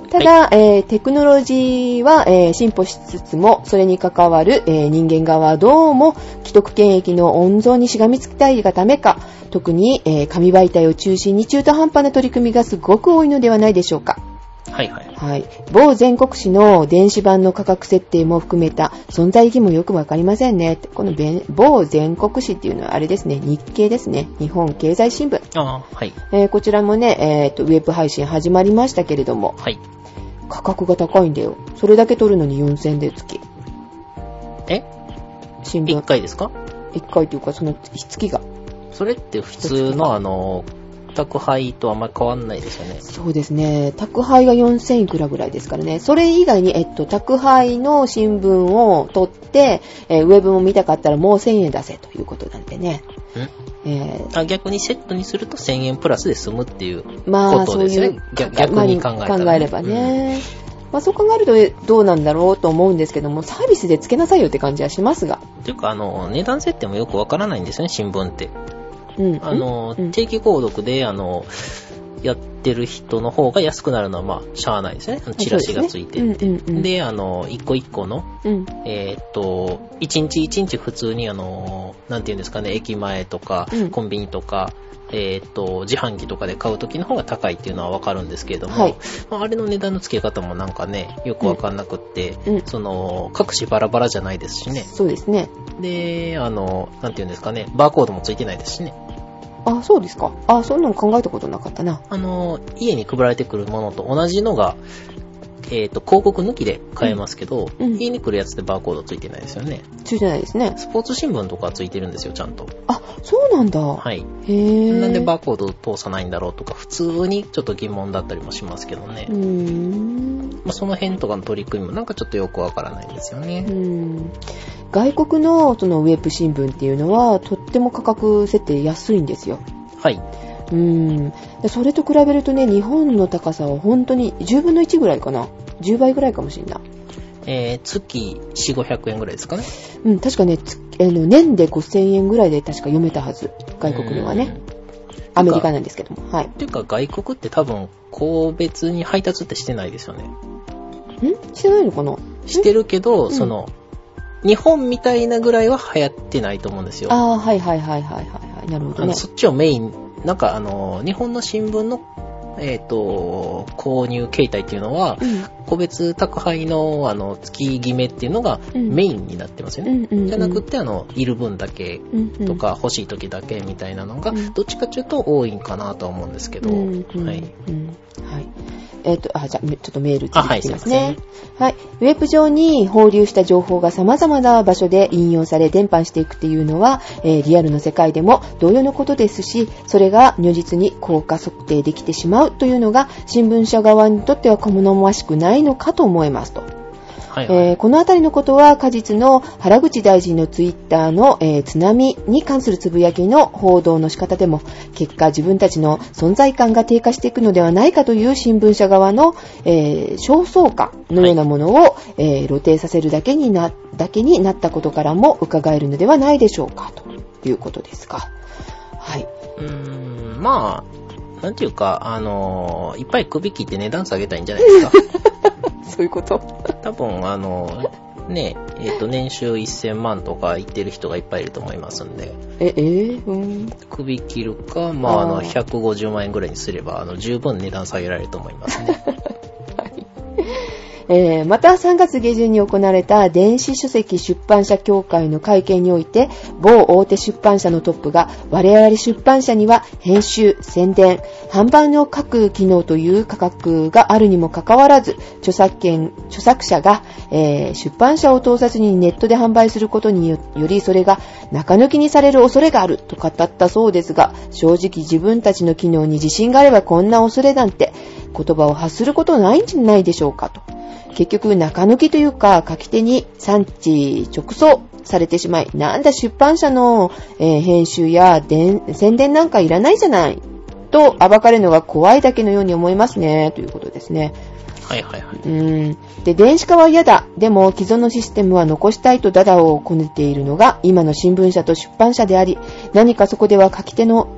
ただ、はい、えー、テクノロジーは、えー、進歩しつつも、それに関わる、えー、人間側はどうも既得権益の温存にしがみつきたいがためか、特に、えー、紙媒体を中心に中途半端な取り組みがすごく多いのではないでしょうか。 はいはい。 はい。某全国紙の電子版の価格設定も含めた存在意義もよくわかりませんね。この某全国紙っていうのはあれですね、日経ですね。日本経済新聞。 ああ、はい。 えー、こちらもね、えーと、ウェブ配信始まりましたけれども、 はい。 価格が高いんだよ。それだけ取るのによんせんえんで月。 え新聞。いっかいですか？ いっかいというか、その月が。 それって普通のあの、宅配とあんまり変わんないですよね。 そうですね。宅配がよんせんいくらぐらいですからね。それ以外に、えっと、宅配の新聞を取って、えー、ウェブも見たかったらもうせんえん出せということなんでね。 んえー、あ逆にセットにするとせんえんプラスで済むっていうことですね。 まあ、そういう。 逆に考えたら、ね、 考えればね。うんまあ、そう考えるとどうなんだろうと思うんですけども、サービスでつけなさいよって感じはしますが。 というか、あの、値段設定もよくわからないんですよね、新聞って。 うん、 あの、うん、定期購読で、あの、やってる人の方が安くなるのは、まあ、しゃあないですね。チラシがついてて。で、ねうんうんうん、あの、一個一個の、うん、えー、っと、一日一日普通に、あの、なんていうんですかね、駅前とか、うん、コンビニとか、えー、っと、自販機とかで買うときの方が高いっていうのはわかるんですけれども、はいまあ、あれの値段の付け方もなんかね、よくわかんなくって、うん、その、各種バラバラじゃないですしね。 そうですね。 で、あの、なんていうんですかね、バーコードもついてないですしね。 あ、そうですか。あ、そんなの考えたことなかったな。 あの、家に配られてくるものと同じのが、えっと、広告抜きで買えますけど、うんうん、家に来るやつでバーコードついてないですよね。 ついてないですね。 スポーツ新聞とかついてるんですよ、ちゃんと。 あ、そうなんだ。 はい。 へー。 なんでバーコード通さないんだろうとか、普通にちょっと疑問だったりもしますけどね。 うーん。 まあ、その辺とかの取り組みもなんかちょっとよくわからないんですよね。 うーん。外国のそのウェブ新聞っていうのは、とっても価格設定安いんですよ。 はい。 うーん。それと比べるとね、日本の高さは本当にじゅうぶんのいちぐらいかな。じゅうばいぐらいかもしれない。 えー、月よんひゃく、ごひゃくえんぐらいですかね。 うん、確かね、あの年でごせんえんぐらいで確か読めたはず。外国のはね。アメリカなんですけども。はい。 っていうか外国って多分、個別に配達ってしてないですよね。 んしてないのかなしてるけど、その、日本みたいなぐらいは流行ってないと思うんですよ。 ああ、はいはいはいはいはい。なるほどね。 あのそっちをメイン、なんかあの、日本の新聞のえっと、購入形態っていうのは、うん、個別宅配の、あの、月決めっていうのがメインになってますよね。うんうんうん、じゃなくて、あの、いる分だけとか、欲しい時だけみたいなのが、どっちかっていうと多いんかなとは思うんですけど、 うんうん、はい。うん、はい。えっと、あ、じゃあ、ちょっとメール続きますね。 はい、 はい。ウェブ上に放流した情報が様々な場所で引用され伝播していくっていうのは、えー、リアルの世界でも同様のことですし、それが如実に効果測定できてしまうというのが、新聞社側にとっては好ましくないのかと思いますと。はいはいえー、このあたりのことは果実の原口大臣のツイッターの、えー、津波に関するつぶやきの報道の仕方でも結果自分たちの存在感が低下していくのではないかという新聞社側の、えー、焦燥感のようなものを、はいえー、露呈させるだけにな、だけになったことからも伺えるのではないでしょうかということですか。はい。 うーんまあなんていうかあのー、いっぱい首切って値段下げたいんじゃないですか。 そういうこと多分あのねえっと年収せんまんとかいってる人がいっぱいいると思いますんでええー、うん首切るかまああのひゃくごじゅうまんえんぐらいにすればあの十分値段下げられると思いますね。 はいえー、またさんがつ下旬に行われた電子書籍出版社協会の会見において某大手出版社のトップが我々出版社には編集、宣伝、販売の各機能という価格があるにもかかわらず著作権、著作者が、えー、出版社を通さずにネットで販売することによりそれが中抜きにされる恐れがあると語ったそうですが正直自分たちの機能に自信があればこんな恐れなんて言葉を発することないんじゃないでしょうかと。結局中抜きというか書き手に産地直送されてしまいなんだ出版社の、えー、編集や宣伝なんかいらないじゃないと暴かれるのが怖いだけのように思いますねということですね。 はいはいはい。 うんで電子化は嫌だ。でも既存のシステムは残したいとダダをこねているのが今の新聞社と出版社であり何かそこでは書き手の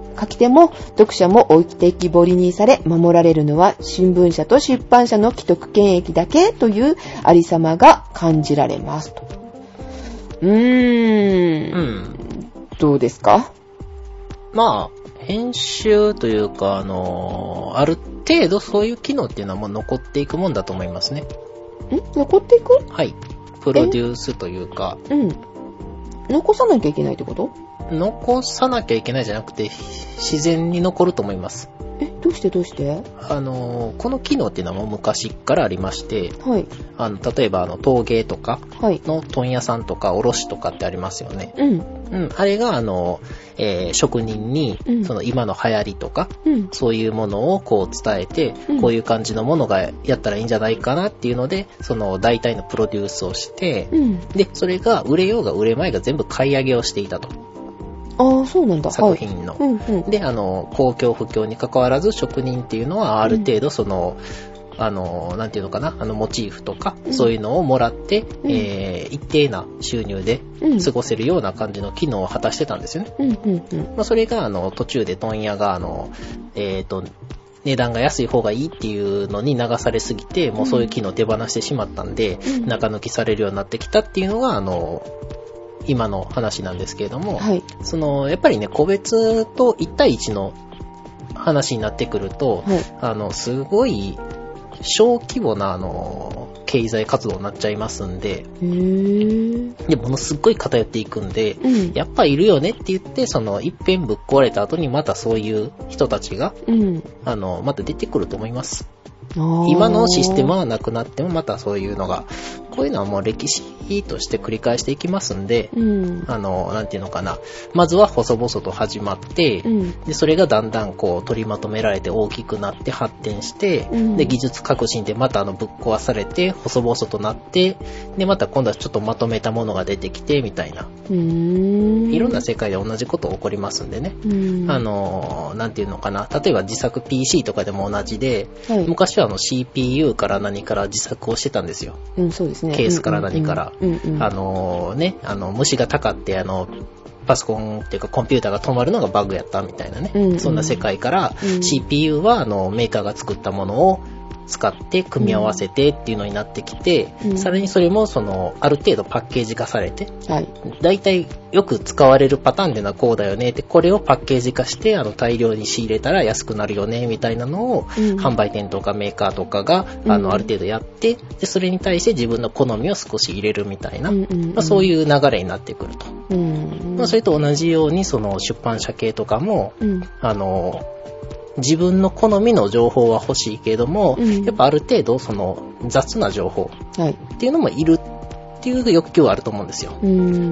書き手も読者も置いてきぼりにされ、守られるのは新聞社と出版社の既得権益だけというありさまが感じられますと。うーん、うん、どうですか？ まあ編集というか、あのー、ある程度そういう機能っていうのはもう残っていくもんだと思いますね。 ん？残っていく？ はい。プロデュースというか。 うん。残さなきゃいけないってこと？ 残さなきゃいけないじゃなくて、自然に残ると思います。 え、どうしてどうして？ あの、この機能っていうのはもう昔からありまして、 はい。 あの、例えばあの、陶芸とかの問屋さんとか卸とかってありますよね。 うん。 うん。あれがあの、えー、職人に、うん、その今の流行りとか、うん、そういうものをこう伝えて、うん、こういう感じのものがやったらいいんじゃないかなっていうので、その大体のプロデュースをして、うん、で、それが売れようが売れまいが全部買い上げをしていたと。 ああ、そうなんだ。 作品の。 はい、うんうん、 で、あの、公共不況に関わらず職人っていうのはある程度その、うん、あの、なんていうのかな、あの、モチーフとか、うん、そういうのをもらって、うん、えー、一定な収入で過ごせるような感じの機能を果たしてたんですよね。 うんうんうん、 まあ、それが、あの、途中で問屋が、あの、えっと、値段が安い方がいいっていうのに流されすぎて、もうそういう機能を手放してしまったんで、うん、中抜きされるようになってきたっていうのが、あの、今の話なんですけれども、はい、そのやっぱりね、個別といち対いちの話になってくると、はい、あのすごい小規模なあの経済活動になっちゃいますんで、 へー、 でものすっごい偏っていくんで、うん、やっぱいるよねって言って、その一遍ぶっ壊れた後にまたそういう人たちが、うん、あのまた出てくると思います。今のシステムはなくなってもまたそういうのが、こういうのはもう歴史として繰り返していきますんで、うん、あのなんていうのかな、まずは細々と始まって、うん、でそれがだんだんこう取りまとめられて大きくなって発展して、うん、で技術革新でまたあのぶっ壊されて細々となって、でまた今度はちょっとまとめたものが出てきてみたいな、 うーん、 いろんな世界で同じこと起こりますんでね、うん、あのなんていうのかな、例えば自作 ピーシー とかでも同じで、はい、昔はあの シーピーユー から何から自作をしてたんですよ。 うん、そうですね。 ケースから何から、 うんうんうん、 あのね、あの虫がたかってあのパソコンっていうかコンピューターが止まるのがバグやったみたいなね、うんうん、そんな世界から、うん、シーピーユー はあのメーカーが作ったものを使って組み合わせてっていうのになってきて、うん、さらにそれもそのある程度パッケージ化されて、はい、だいたいよく使われるパターンでのはこうだよねって、これをパッケージ化してあの大量に仕入れたら安くなるよねみたいなのを、うん、販売店とかメーカーとかが、うん、あのある程度やって、でそれに対して自分の好みを少し入れるみたいな、うんうんうん、まあ、そういう流れになってくると、うんうん、まあ、それと同じようにその出版社系とかも、うん、あの自分の好みの情報は欲しいけれども、うん、やっぱある程度その雑な情報っていうのもいるっていう欲求はあると思うんですよ。うん、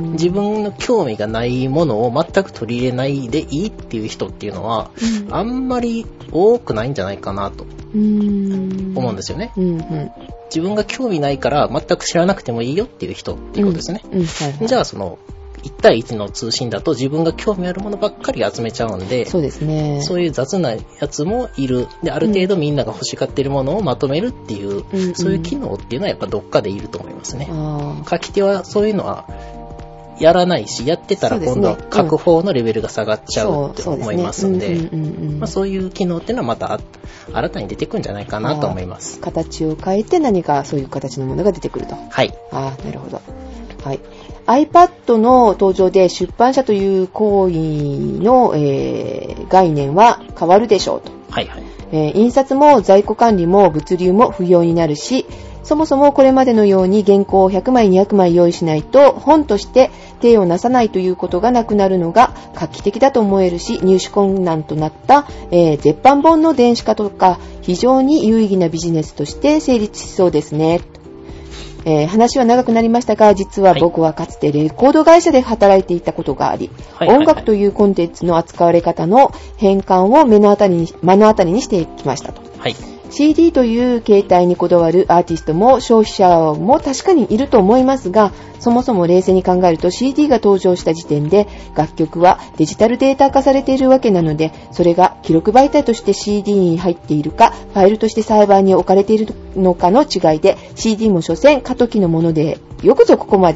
自分の興味がないものを全く取り入れないでいいっていう人っていうのは、うん、あんまり多くないんじゃないかなと思うんですよね。うんうん、自分が興味ないから全く知らなくてもいいよっていう人っていうことですね。うんうん、はいはい、じゃあそのいち対いちの通信だと自分が興味あるものばっかり集めちゃうんで、 そうですね。 そういう雑なやつもいる。で、ある程度みんなが欲しがっているものをまとめるっていう、うんうん、そういう機能っていうのはやっぱどっかでいると思いますね。書き手はそういうのはやらないし、やってたら今度は書く方のレベルが下がっちゃうって思いますんで、そういう機能っていうのはまた新たに出てくるんじゃないかなと思います。 形を変えて何かそういう形のものが出てくると。 はい。 ああ、なるほど。はい。iPad の登場で出版社という行為の、えー、概念は変わるでしょうと。 はいはい。 えー、印刷も在庫管理も物流も不要になるし、そもそもこれまでのように原稿をひゃくまいにひゃくまい用意しないと本として手をなさないということがなくなるのが画期的だと思えるし、入手困難となった、えー、絶版本の電子化とか非常に有意義なビジネスとして成立しそうですね。えー、話は長くなりましたが、実は僕はかつてレコード会社で働いていたことがあり、はいはいはい、音楽というコンテンツの扱われ方の変換を目の当たりに、目の当たりにしてきましたと。 はい、 シーディー という形態にこだわるアーティストも消費者も確かにいると思いますが、そもそも冷静に考えると シーディー が登場した時点で楽曲はデジタルデータ化されているわけなので、それが記録媒体として シーディー に入っているかファイルとしてサーバーに置かれているのかの違いで、 シーディー も所詮過渡期のもので、よくぞここまで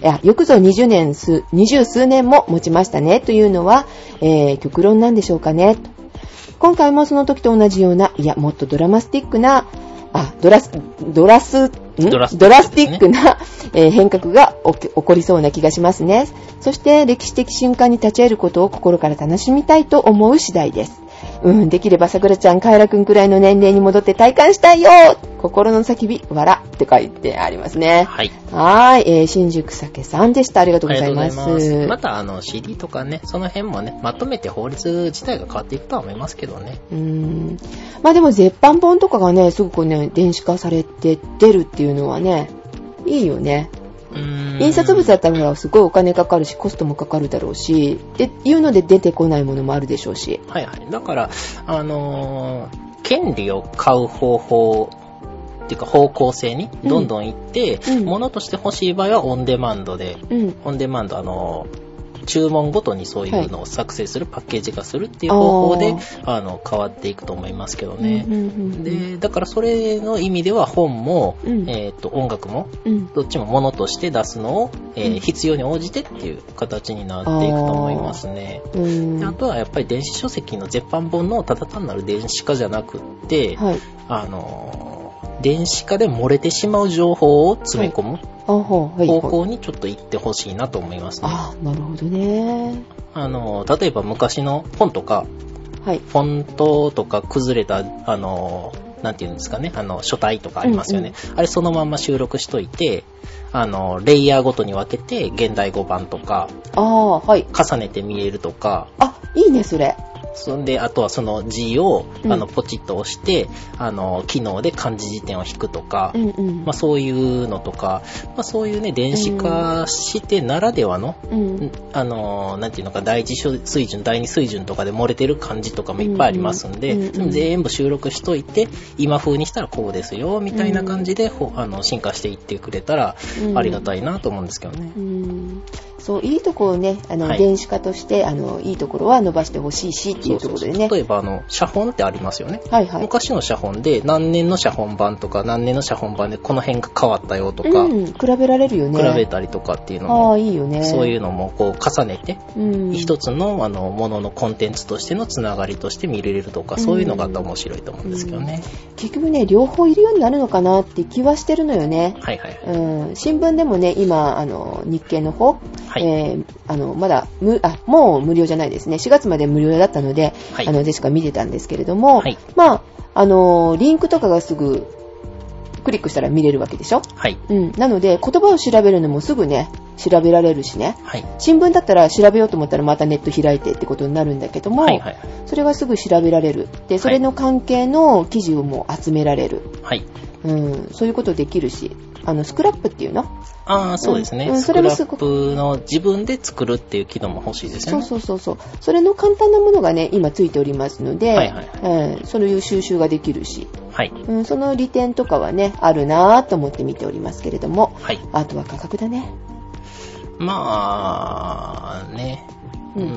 いや、よくぞにじゅうねんす、二十数年も持ちましたねというのは、えー、極論なんでしょうかね。今回もその時と同じような、いや、もっとドラマスティックな、あ、ドラス、ドラス、んドラスティック、ね、ドラスティックな、えー、変革が起こりそうな気がしますね。そして歴史的瞬間に立ち会えることを心から楽しみたいと思う次第です。うん、できればさくらちゃん、カエラくんくらいの年齢に戻って体感したいよ。心の叫び、わらって書いてありますね。 はい。 はい、えー、新宿酒さんでした。ありがとうございます。 ありがとうございます。またあの シーディー とかね、その辺もね、まとめて法律自体が変わっていくとは思いますけどね。 うーん。まあでも絶版本とかがね、すごくね、電子化されて出るっていうのはね、いいよね。うーん、印刷物だったらすごいお金かかるし、コストもかかるだろうし、っていうので出てこないものもあるでしょうし。 はいはい。だから、あのー、権利を買う方法っていうか方向性にどんどん行って、うん、物として欲しい場合はオンデマンドで、うん、オンデマンド、あのー、注文ごとにそういうのを作成する、はい、パッケージ化するっていう方法であの変わっていくと思いますけどね、うんうんうんうん、でだからそれの意味では本も、うん、えー、と音楽も、うん、どっちも物として出すのを、えーうん、必要に応じてっていう形になっていくと思いますね。 あ,、うん、であとはやっぱり電子書籍の絶版本のただ単なる電子化じゃなくって、はい、あの電子化で漏れてしまう情報を詰め込む、はい、方向にちょっと行ってほしいなと思いますね。 あ、なるほどね。 あの例えば昔の本とか、はい、フォントとか崩れたあのなんていうんですかね、あの書体とかありますよね、うんうん、あれそのまんま収録しといて、あのレイヤーごとに分けて現代語版とか、あ、はい、重ねて見れるとか。 あ、いいねそれ。 そんであとはその字を、うん、あのポチッと押してあの機能で漢字辞典を引くとか、うんうん、まあ、そういうのとか、まあ、そういうね電子化してならではの、うん、あのなんていうのか第一水準第二水準とかで漏れてる漢字とかもいっぱいありますんで、うんうん、全部収録しといて今風にしたらこうですよみたいな感じで、うん、あの進化していってくれたらありがたいなと思うんですけどね、うんうん、 そういいところをねあの、はい、電子化としてあのいいところは伸ばしてほしいしっていうところでね。 そうそうそう、例えばあの写本ってありますよね、はいはい、昔の写本で何年の写本版とか何年の写本版でこの辺が変わったよとか、うん、 比べられるよね。 比べたりとかっていうのも、 あ、いいよね、 そういうのもこう重ねて、うん、一つのあのもののコンテンツとしてのつながりとして見れるとか、そういうのがあったら面白いと思うんですけどね、 うんうん、結局ね両方いるようになるのかなって気はしてるのよね。はいはい、うん、新聞でもね今あの日経の方、はい、えー、あのまだむあもう無料じゃないですね、しがつまで無料だったので、はい、あのでしか見てたんですけれども、はい、まああのリンクとかがすぐクリックしたら見れるわけでしょ、はい、うん、なので言葉を調べるのもすぐね調べられるしね、はい、新聞だったら調べようと思ったらまたネット開いてってことになるんだけども、はいはいはい、それがすぐ調べられる。でそれの関係の記事をもう集められる、はい、うん、そういうことできるし、あのスクラップっていうの、 ああそうですね、うん、それもスクラップの自分で作るっていう機能も欲しいですよね。 そうそうそうそう、それの簡単なものがね今ついておりますので、はいはいはい、うん、そういう収集ができるし、はい、うん、その利点とかはねあるなぁと思って見ておりますけれども、はい、あとは価格だね。 まあね、うん、うん、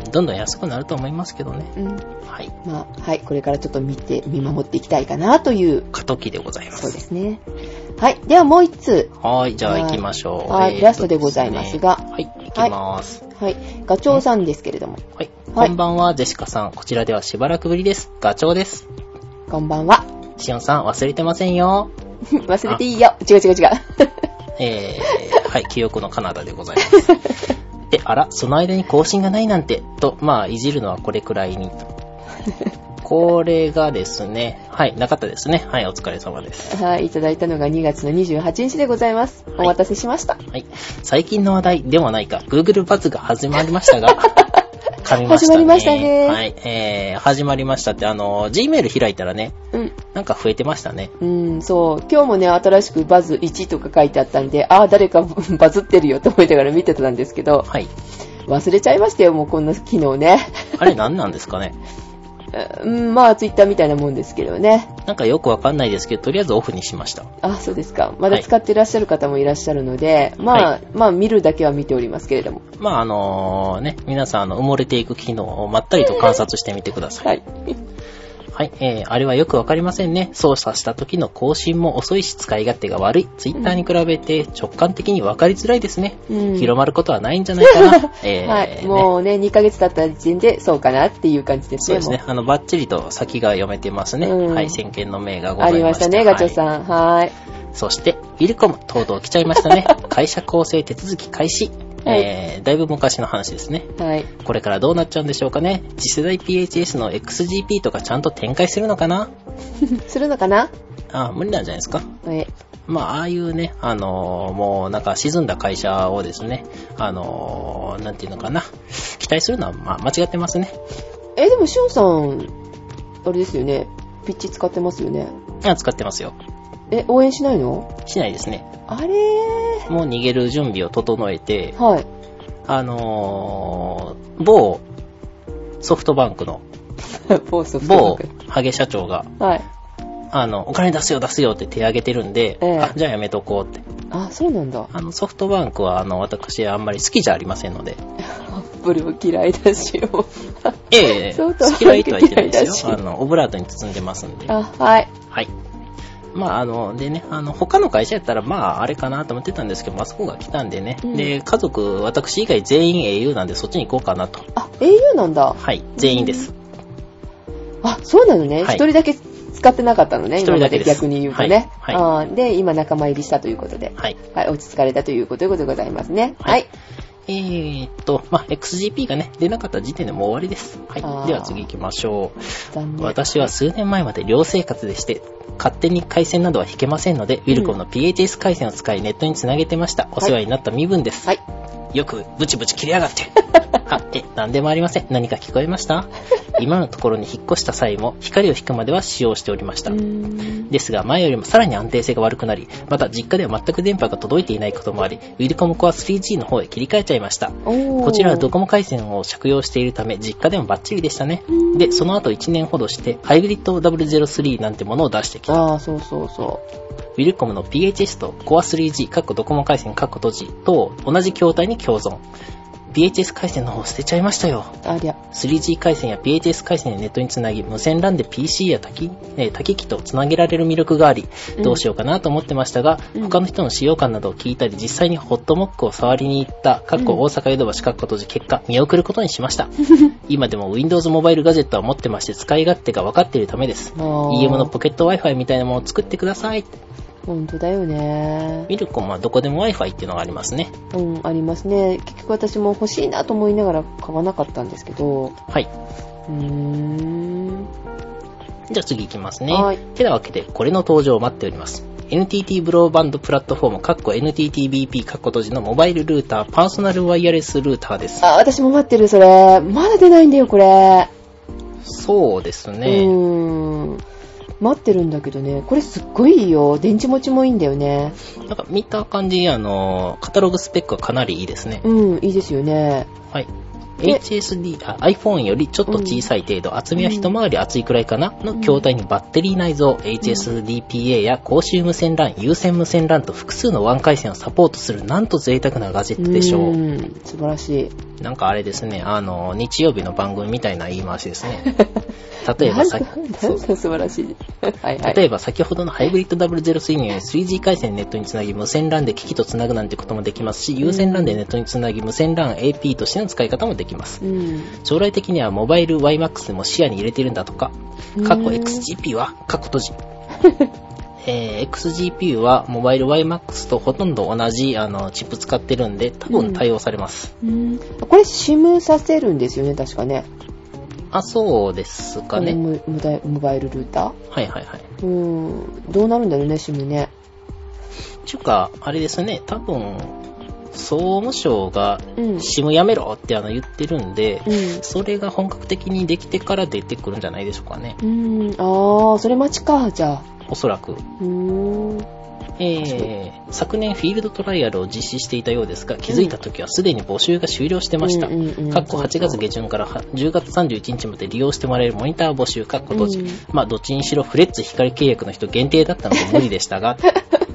どんどん安くなると思いますけどね、うん、 はい、まあ、はい、これからちょっと見て見守っていきたいかなという過渡期でございます。 そうですね。はい、ではもう一つ、 はい、じゃあ行きましょう。 はい、ラストでございますが、 はい、行きます。 はい、はい、ガチョウさんですけれども、 はい、こんばんはジェシカさん、こちらではしばらくぶりです。ガチョウです。 こんばんは。 しおんさん忘れてませんよ。 忘れていいよ。違う違う違う。 えー、はい、記憶のカナダでございます。で、あら、その間に更新がないなんて、と、まあ、いじるのはこれくらいに。これがですね、はい、なかったですね。はい、お疲れ様です。 はい、いただいたのがにがつのにじゅうはちにちでございます。お待たせしました。はい。 はい、最近の話題でもないか、Google バズが始まりましたが、噛みましたね。始まりましたね。はい、えー、始まりましたって、あの、Gmail 開いたらね、うん、なんか増えてましたね。 うん、そう。今日もね、新しくバズいちとか書いてあったんで、ああ、誰かバズってるよと思いながら見てたんですけど、はい。忘れちゃいましたよ、もうこんな機能ね。 あれ何なんですかね。 うん、まあツイッターみたいなもんですけどね。 なんかよくわかんないですけど、とりあえずオフにしました。 あ、そうですか。まだ使っていらっしゃる方もいらっしゃるので、はい、まあ、はい、まあ見るだけは見ておりますけれども。 まああのー、ね、皆さんあの埋もれていく機能をまったりと観察してみてください。はい。 はい、えー、あれはよくわかりませんね。操作した時の更新も遅いし使い勝手が悪い。ツイッターに比べて直感的にわかりづらいですね。うん、広まることはないんじゃないかな。 えー、はい、もうね、にかげつ経った時点でそうかなっていう感じですね。 そうですね。あの、バッチリと先が読めてますね。うん、はい、先見の明がございました。 ありましたね、ガチョさん。はい。はい、 そして、ウィルコム、とうとう来ちゃいましたね。会社構成手続き開始。はい、えー、だいぶ昔の話ですね。はい。これからどうなっちゃうんでしょうかね。次世代 ピーエイチエス の エックスジーピー とかちゃんと展開するのかなするのかなあ、無理なんじゃないですか。はい。まあ、ああいうね、あのー、もうなんか沈んだ会社をですね、あのー、なんていうのかな。期待するのは、まあ、間違ってますね。 え、でも、しゅんさん、あれですよね。ピッチ使ってますよね。 あ、使ってますよ。 え、応援しないの？ しないですね。 あれー。 もう逃げる準備を整えて、はい。あのー、某ソフトバンクの、 某ソフトバンク。 某ハゲ社長が、はい。あの、お金出すよ出すよって手挙げてるんで、えー、あ、じゃあやめとこうって。 あ、そうなんだ。 あの、ソフトバンクは、あの、私あんまり好きじゃありませんので。 アップルも嫌いだしよ。 ええー、嫌いとは言ってないですよ。あの、オブラートに包んでますんで。 あ、はい。 はい。まあ、あの、でね、あの、他の会社やったら、まあ、あれかなと思ってたんですけど、まあ、そこが来たんでね。うん、で、家族、私以外全員 エーユー なんで、そっちに行こうかなと。 あ、エーユー なんだ。 はい、全員です。 あ、そうなのね。一、はい、人だけ使ってなかったのね。 一人だけです。 逆に言うとね。はいはい、あで、今仲間入りしたということで。はい。はい、落ち着かれたということでございますね。はい。はい、 えーっと、まあ、エックスジーピー がね、出なかった時点でもう終わりです。はい。では次行きましょう。私は数年前まで寮生活でして、勝手に回線などは引けませんので、ウィルコムの ピーエイチエス 回線を使いネットにつなげてました。お世話になった身分です。はい。よくブチブチ切りやがって。あ、え、なんでもありません。何か聞こえました？今のところに引っ越した際も光を引くまでは使用しておりました。ですが前よりもさらに安定性が悪くなり、また実家では全く電波が届いていないこともあり、ウィルコムコア スリージー の方へ切り替えちゃいました。こちらはドコモ回線を借用しているため実家でもバッチリでしたね。で、その後いちねんほどしてハイブリッドダブリューゼロスリーなんてものを出してきた。 ああ、そうそうそう。 ウィルコムの ピーエイチエス と コア スリージー、ドコモ回線、閉じと同じ筐体に共存。ピーエイチエス 回線の方捨てちゃいましたよ。 ありゃ。 スリージー 回線や ピーエイチエス 回線でネットにつなぎ、無線 ラン で ピーシー や多機、えー、多機器とつなげられる魅力があり、どうしようかなと思ってましたが、うん、他の人の使用感などを聞いたり、実際にホットモックを触りに行った、大阪ヨドバシ、閉じ、結果、見送ることにしました。今でも Windows モバイルガジェットは持ってまして、使い勝手が分かっているためです。イーエム のポケット Wi-Fi みたいなものを作ってください。 本当だよね。 ウィルコムはどこでも Wi-Fi っていうのがありますね。 うん、ありますね。結局私も欲しいなと思いながら買わなかったんですけど。はい。うーん。 じゃあ次行きますね。はい。てなわけで、これの登場を待っております。エヌティーティー ブローバンドプラットフォーム、カッコ エヌティーティービーピー、カッコ閉じのモバイルルーター、パーソナルワイヤレスルーターです。 あ、私も待ってる、それ。まだ出ないんだよ、これ。 そうですね。 うーん。待ってるんだけどね、これすっごいいいよ。電池持ちもいいんだよね。 なんか見た感じ、あの、カタログスペックはかなりいいですね。 うん、いいですよね。 はい。エイチエスディー、あ、iPhone よりちょっと小さい程度、うん、厚みは一回り厚いくらいかな、の筐体にバッテリー内蔵、うん、エイチエスディーピーエー や公衆無線 ラン、有線無線 ランと複数のワン回線をサポートする、なんと贅沢なガジェットでしょう。うん、 素晴らしい。 なんかあれですね、あの、日曜日の番組みたいな言い回しですね。例えばさそう素晴らしい。はいはい。 例えば先ほどのハイブリッドダブリューゼロスリーに スリージー 回線ネットにつなぎ無線 ラン で機器とつなぐなんてこともできますし、有線 ラン でネットにつなぎ無線 ラン エーピー としての使い方もできます。うん、将来的にはモバイル ワイマックス でも視野に入れてるんだとか、過去 エックスジーピー は過去閉じ。えー、エックスジーピー はモバイル ワイマックス とほとんど同じあのチップ使ってるんで多分対応されます。 うんうん、これ SIM させるんですよね、確かね。 あ、そうですかね。 モバイルルーター？ はいはいはい。 うん。どうなるんだろうね、SIM ね。 ちゅうか、あれですね、多分、総務省が SIM やめろってあの言ってるんで、うん、それが本格的にできてから出てくるんじゃないでしょうかね。 うん。ああ、それ待ちか、じゃあ。 おそらく。うーん。えー、昨年フィールドトライアルを実施していたようですが、気づいた時はすでに募集が終了してました。かっこはちがつ下旬からじゅうがつさんじゅういちにちまで利用してもらえるモニター募集、かっこ閉じ。まあ、どっちにしろフレッツ光契約の人限定だったので無理でしたが、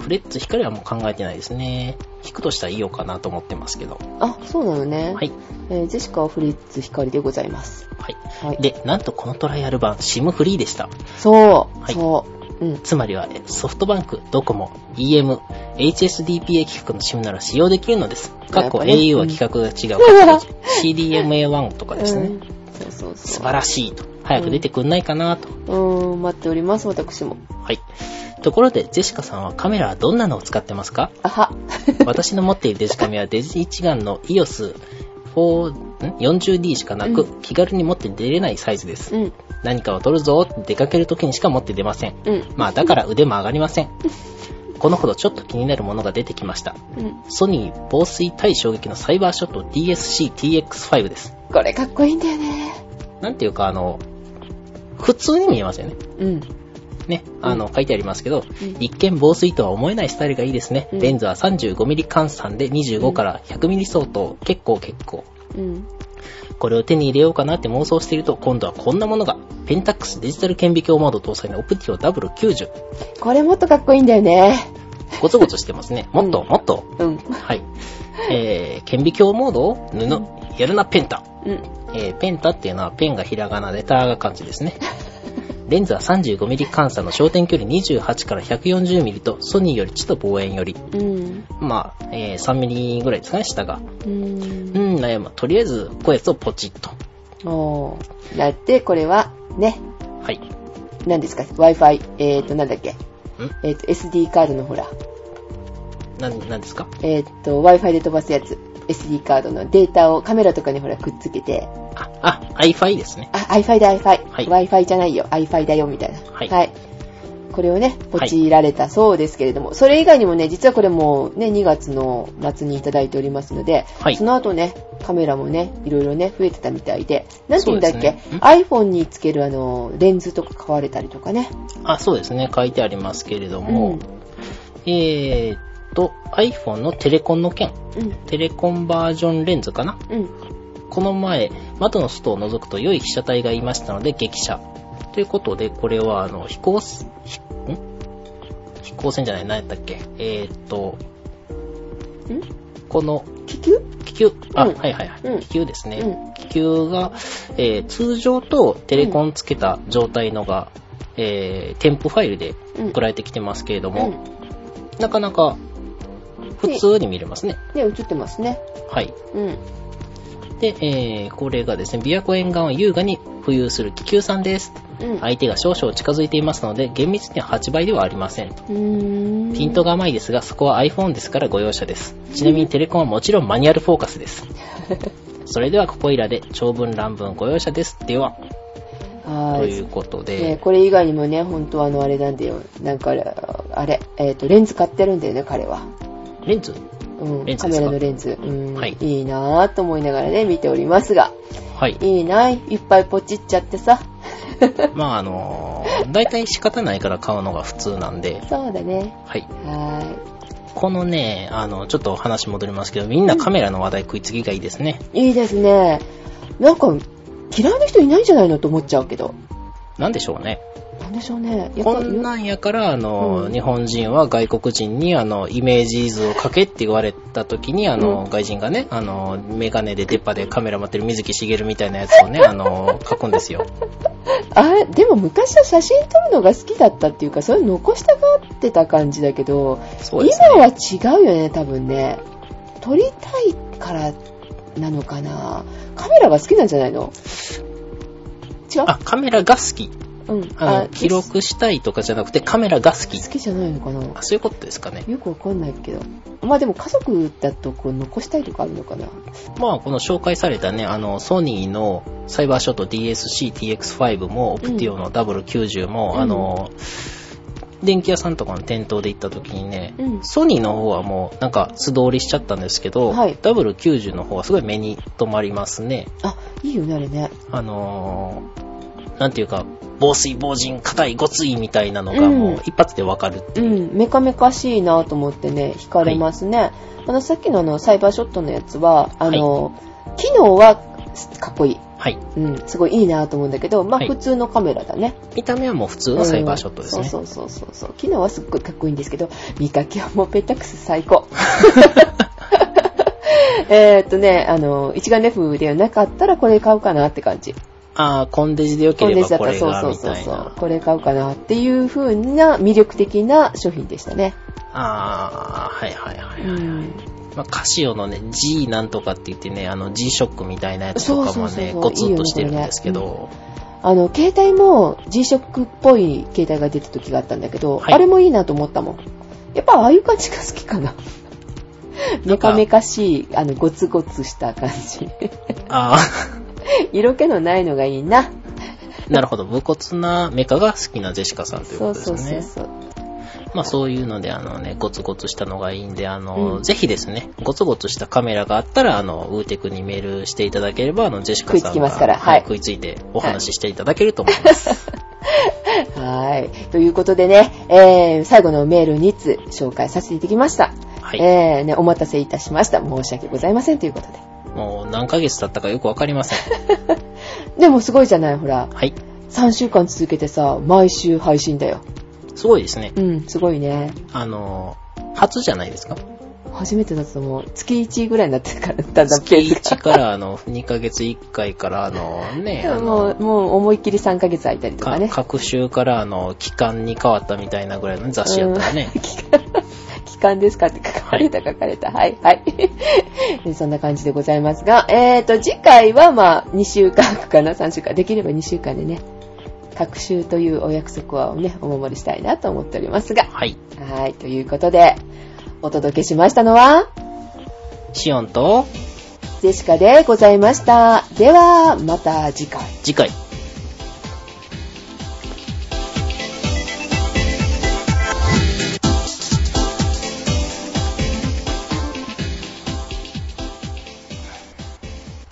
フレッツ光はもう考えてないですね。引くとしたらイオかなと思ってますけど。 あ、そうなのね。 はい。 えー、ジェシカはフレッツ光でございます。 はい。はい、で、なんとこのトライアル版、シム フリーでした。 そう。 はい。 そう。うん、 つまりはソフトバンク、ドコモ、イーエム、エイチエスディーピーエー 規格の シム なら使用できるのです。過去 エーユー は規格が違う、うん、シーディーエムエーワン とかですね、うん、そうそうそう。素晴らしいと。早く出てくんないかなと。 うん、うーん、待っております、私も。 はい。ところで、ジェシカさんはカメラはどんなのを使ってますか？ あは。 私の持っているデジカメはデジ一眼の イーオーエスよんじゅうディー しかなく、うん、気軽に持って出れないサイズです。うん、何かを撮るぞって出かけるときにしか持って出ません。うん、まあだから腕も上がりません。このほどちょっと気になるものが出てきました。うん、ソニー防水対衝撃のサイバーショット ディーエスシーティーエックスファイブ です。 これかっこいいんだよね。 なんていうかあの、普通に見えますよね。 うん。 ね、あの、うん、書いてありますけど、うん、一見防水とは思えないスタイルがいいですね。うん、レンズは さんじゅうごミリ 換算でにじゅうごからひゃくミリ相当。結構結構。うん、これを手に入れようかなって妄想していると、今度はこんなものが。ペンタックスデジタル顕微鏡モード搭載のオプティオ ダブルきゅうじゅう。 これもっとかっこいいんだよね。 ゴツゴツしてますね。もっと、うん、もっと。 うん。 はい。えー、顕微鏡モードを布、やるなペンタ。うん。えー、ペンタっていうのはペンがひらがなでターが漢字ですね。レンズは さんじゅうごミリ 換算の焦点距離にじゅうはちからひゃくよんじゅうミリとソニーよりちょっと望遠より。うん。まあ、えー、さんミリぐらいですかね、下が。うん。うん、悩む。とりあえず、こやつをポチッと。 おー。だって、これは、ね。 はい。 何ですか ?Wi-Fi。えーと、なんだっけ。えーと、エスディー カードのほら。 な、なんですか？ えーと、Wi-Fi で飛ばすやつ。エスディー カードのデータをカメラとかにほらくっつけて。 あ、あ、iFi ですね。 あ、iFi だ、iFi。はい、Wi-Fi じゃないよ。iFi だよ、みたいな。はい。はい。これをね、ポチられたそうですけれども、はい、それ以外にもね、実はこれもね、にがつの末にいただいておりますので、はい、その後ね、カメラもね、いろいろね、増えてたみたいで、なんて言うんだっけ、ね、iPhone につけるあの、レンズとか買われたりとかね。 あ、そうですね、書いてありますけれども、うん、えーと、iPhone のテレコンの件、うん、テレコンバージョンレンズかな、うん、この前、窓の外を覗くと良い被写体がいましたので激写。ということで、これはあの飛行、ひん飛行船じゃない、何やったっけえーっと、 んこの、 気球気球、あ、うん、はいはいはい、 うん、 気球ですね。うん、気球が、えー、通常とテレコンつけた状態のが、うん、えー、添付ファイルで送られてきてますけれども、うん、なかなか普通に見れますね。 ね、映ってますね。 はい。うん。で、えー、これがですね、琵琶湖沿岸を優雅に浮遊する気球さんです。うん、相手が少々近づいていますので、厳密にははちばいではありません。うーん。ピントが甘いですが、そこは iPhone ですからご容赦です。ちなみにテレコンはもちろんマニュアルフォーカスです。それではここいらで長文乱文ご容赦です。では。ということで、 ね、これ以外にもね、本当はあのあれなんだよ。なんかあれ、えっとレンズ買ってるんだよね、彼は。 レンズ？ うん、カメラのレンズ、うん、はい、いいなぁと思いながらね見ておりますが、はい、いいなぁ、いっぱいポチっちゃってさ。 まああのー、だいたい仕方ないから買うのが普通なんで。 そうだね。 はい。はい。このね、あのちょっと話戻りますけど、みんなカメラの話題食いつぎがいいですね。 うん、いいですね。なんか嫌いな人いないんじゃないのと思っちゃうけど。 なんでしょうね。 なんでしょうね。 こんなんやからあの、うん、日本人は外国人にあのイメージ図を描けって言われた時にあの、うん、外人がねあのメガネで出っ歯でカメラ持ってる水木しげるみたいなやつをねあの描くんですよ。 あれでも昔は写真撮るのが好きだったっていうかそれ残したがってた感じだけど、そうですね、今は違うよね多分ね。撮りたいからなのかな。カメラが好きなんじゃないの？違う？ あ、カメラが好き。うん、あの記録したいとかじゃなくてカメラが好き。 好きじゃないのかな。 あ、そういうことですかね。 よくわかんないけど。まあでも家族だとこう残したいとかあるのかな。 まあこの紹介されたねあのソニーのサイバーショット ディーエスシーティーエックスファイブ もオプティオの ダブルきゅうじゅう も、うん、あの電気屋さんとかの店頭で行った時にね、うん、ソニーの方はもうなんか素通りしちゃったんですけど、はい、ダブルきゅうじゅう の方はすごい目に留まりますね。 あ、いいよねあれね。 あのー、なんていうか防水防塵硬いごついみたいなのがもう一発でわかるっていう、 うんうん、メカメカしいなと思ってね惹かれますね、はい、あのさっきのあのサイバーショットのやつはあの、はい、機能はかっこいいはい。 うん、すごいいいなと思うんだけど、まあ、 はい、 普通のカメラだね。 見た目はもう普通のサイバーショットですね。 うん、そうそうそうそう。機能はすっごいかっこいいんですけど、見かけはもうペタックス最高。えっとね、あの、一眼レフではなかったらこれ買うかなって感じ。 ああ、コンデジで良ければこれがみたいな。そうそうそうそう。 これ買うかなっていう風な魅力的な商品でしたね。 ああ、はいはいはいはい、はい。うんまあ、カシオのね、G なんとかって言ってね、あの G ショックみたいなやつとかもね、ゴツッとしてるんですけど。いいよね、 あの、携帯も G ショックっぽい携帯が出た時があったんだけど、はい、あれもいいなと思ったもん。やっぱああいう感じが好きかな。メカメカしい、あの、ゴツゴツした感じ。 ああ。 色気のないのがいいな。 なるほど。武骨なメカが好きなジェシカさんということですね。 そうそうそうそう。 まあそういうので、あのね、ゴツゴツしたのがいいんで、あの、うん、ぜひですね、ゴツゴツしたカメラがあったら、あの、ウーテクにメールしていただければ、あの、ジェシカさんが食いつきますから、 はい、食いついてお話ししていただけると思います。 はい。ということでね、えー、最後のメールにつ紹介させていただきました。はい。えー、ね、お待たせいたしました。申し訳ございませんということで。 もう何ヶ月経ったかよくわかりません。 でもすごいじゃない、ほら。 はい。 さんしゅうかん続けてさ、毎週配信だよ。 すごいですね。 うん、すごいね。 あの、初じゃないですか？ 初めてだと思う。月いちぐらいになってるから、だんだんペースが。月いちからあの、にかげついっかいからあの、ね、あの、 もう、もう思いっきりさんかげつ空いたりとかね。 か各週からあの、期間に変わったみたいなぐらいの雑誌やったらね。 期間ですかって書かれた、書かれた。はい、はい。そんな感じでございますが、えーと、次回はまあ、にしゅうかんかな、さんしゅうかん。できればにしゅうかんでね。各週というお約束をね、お守りしたいなと思っておりますが。 はい。 はい。ということで、お届けしましたのは、 シオンと、 ジェシカでございました。では、また次回。 次回。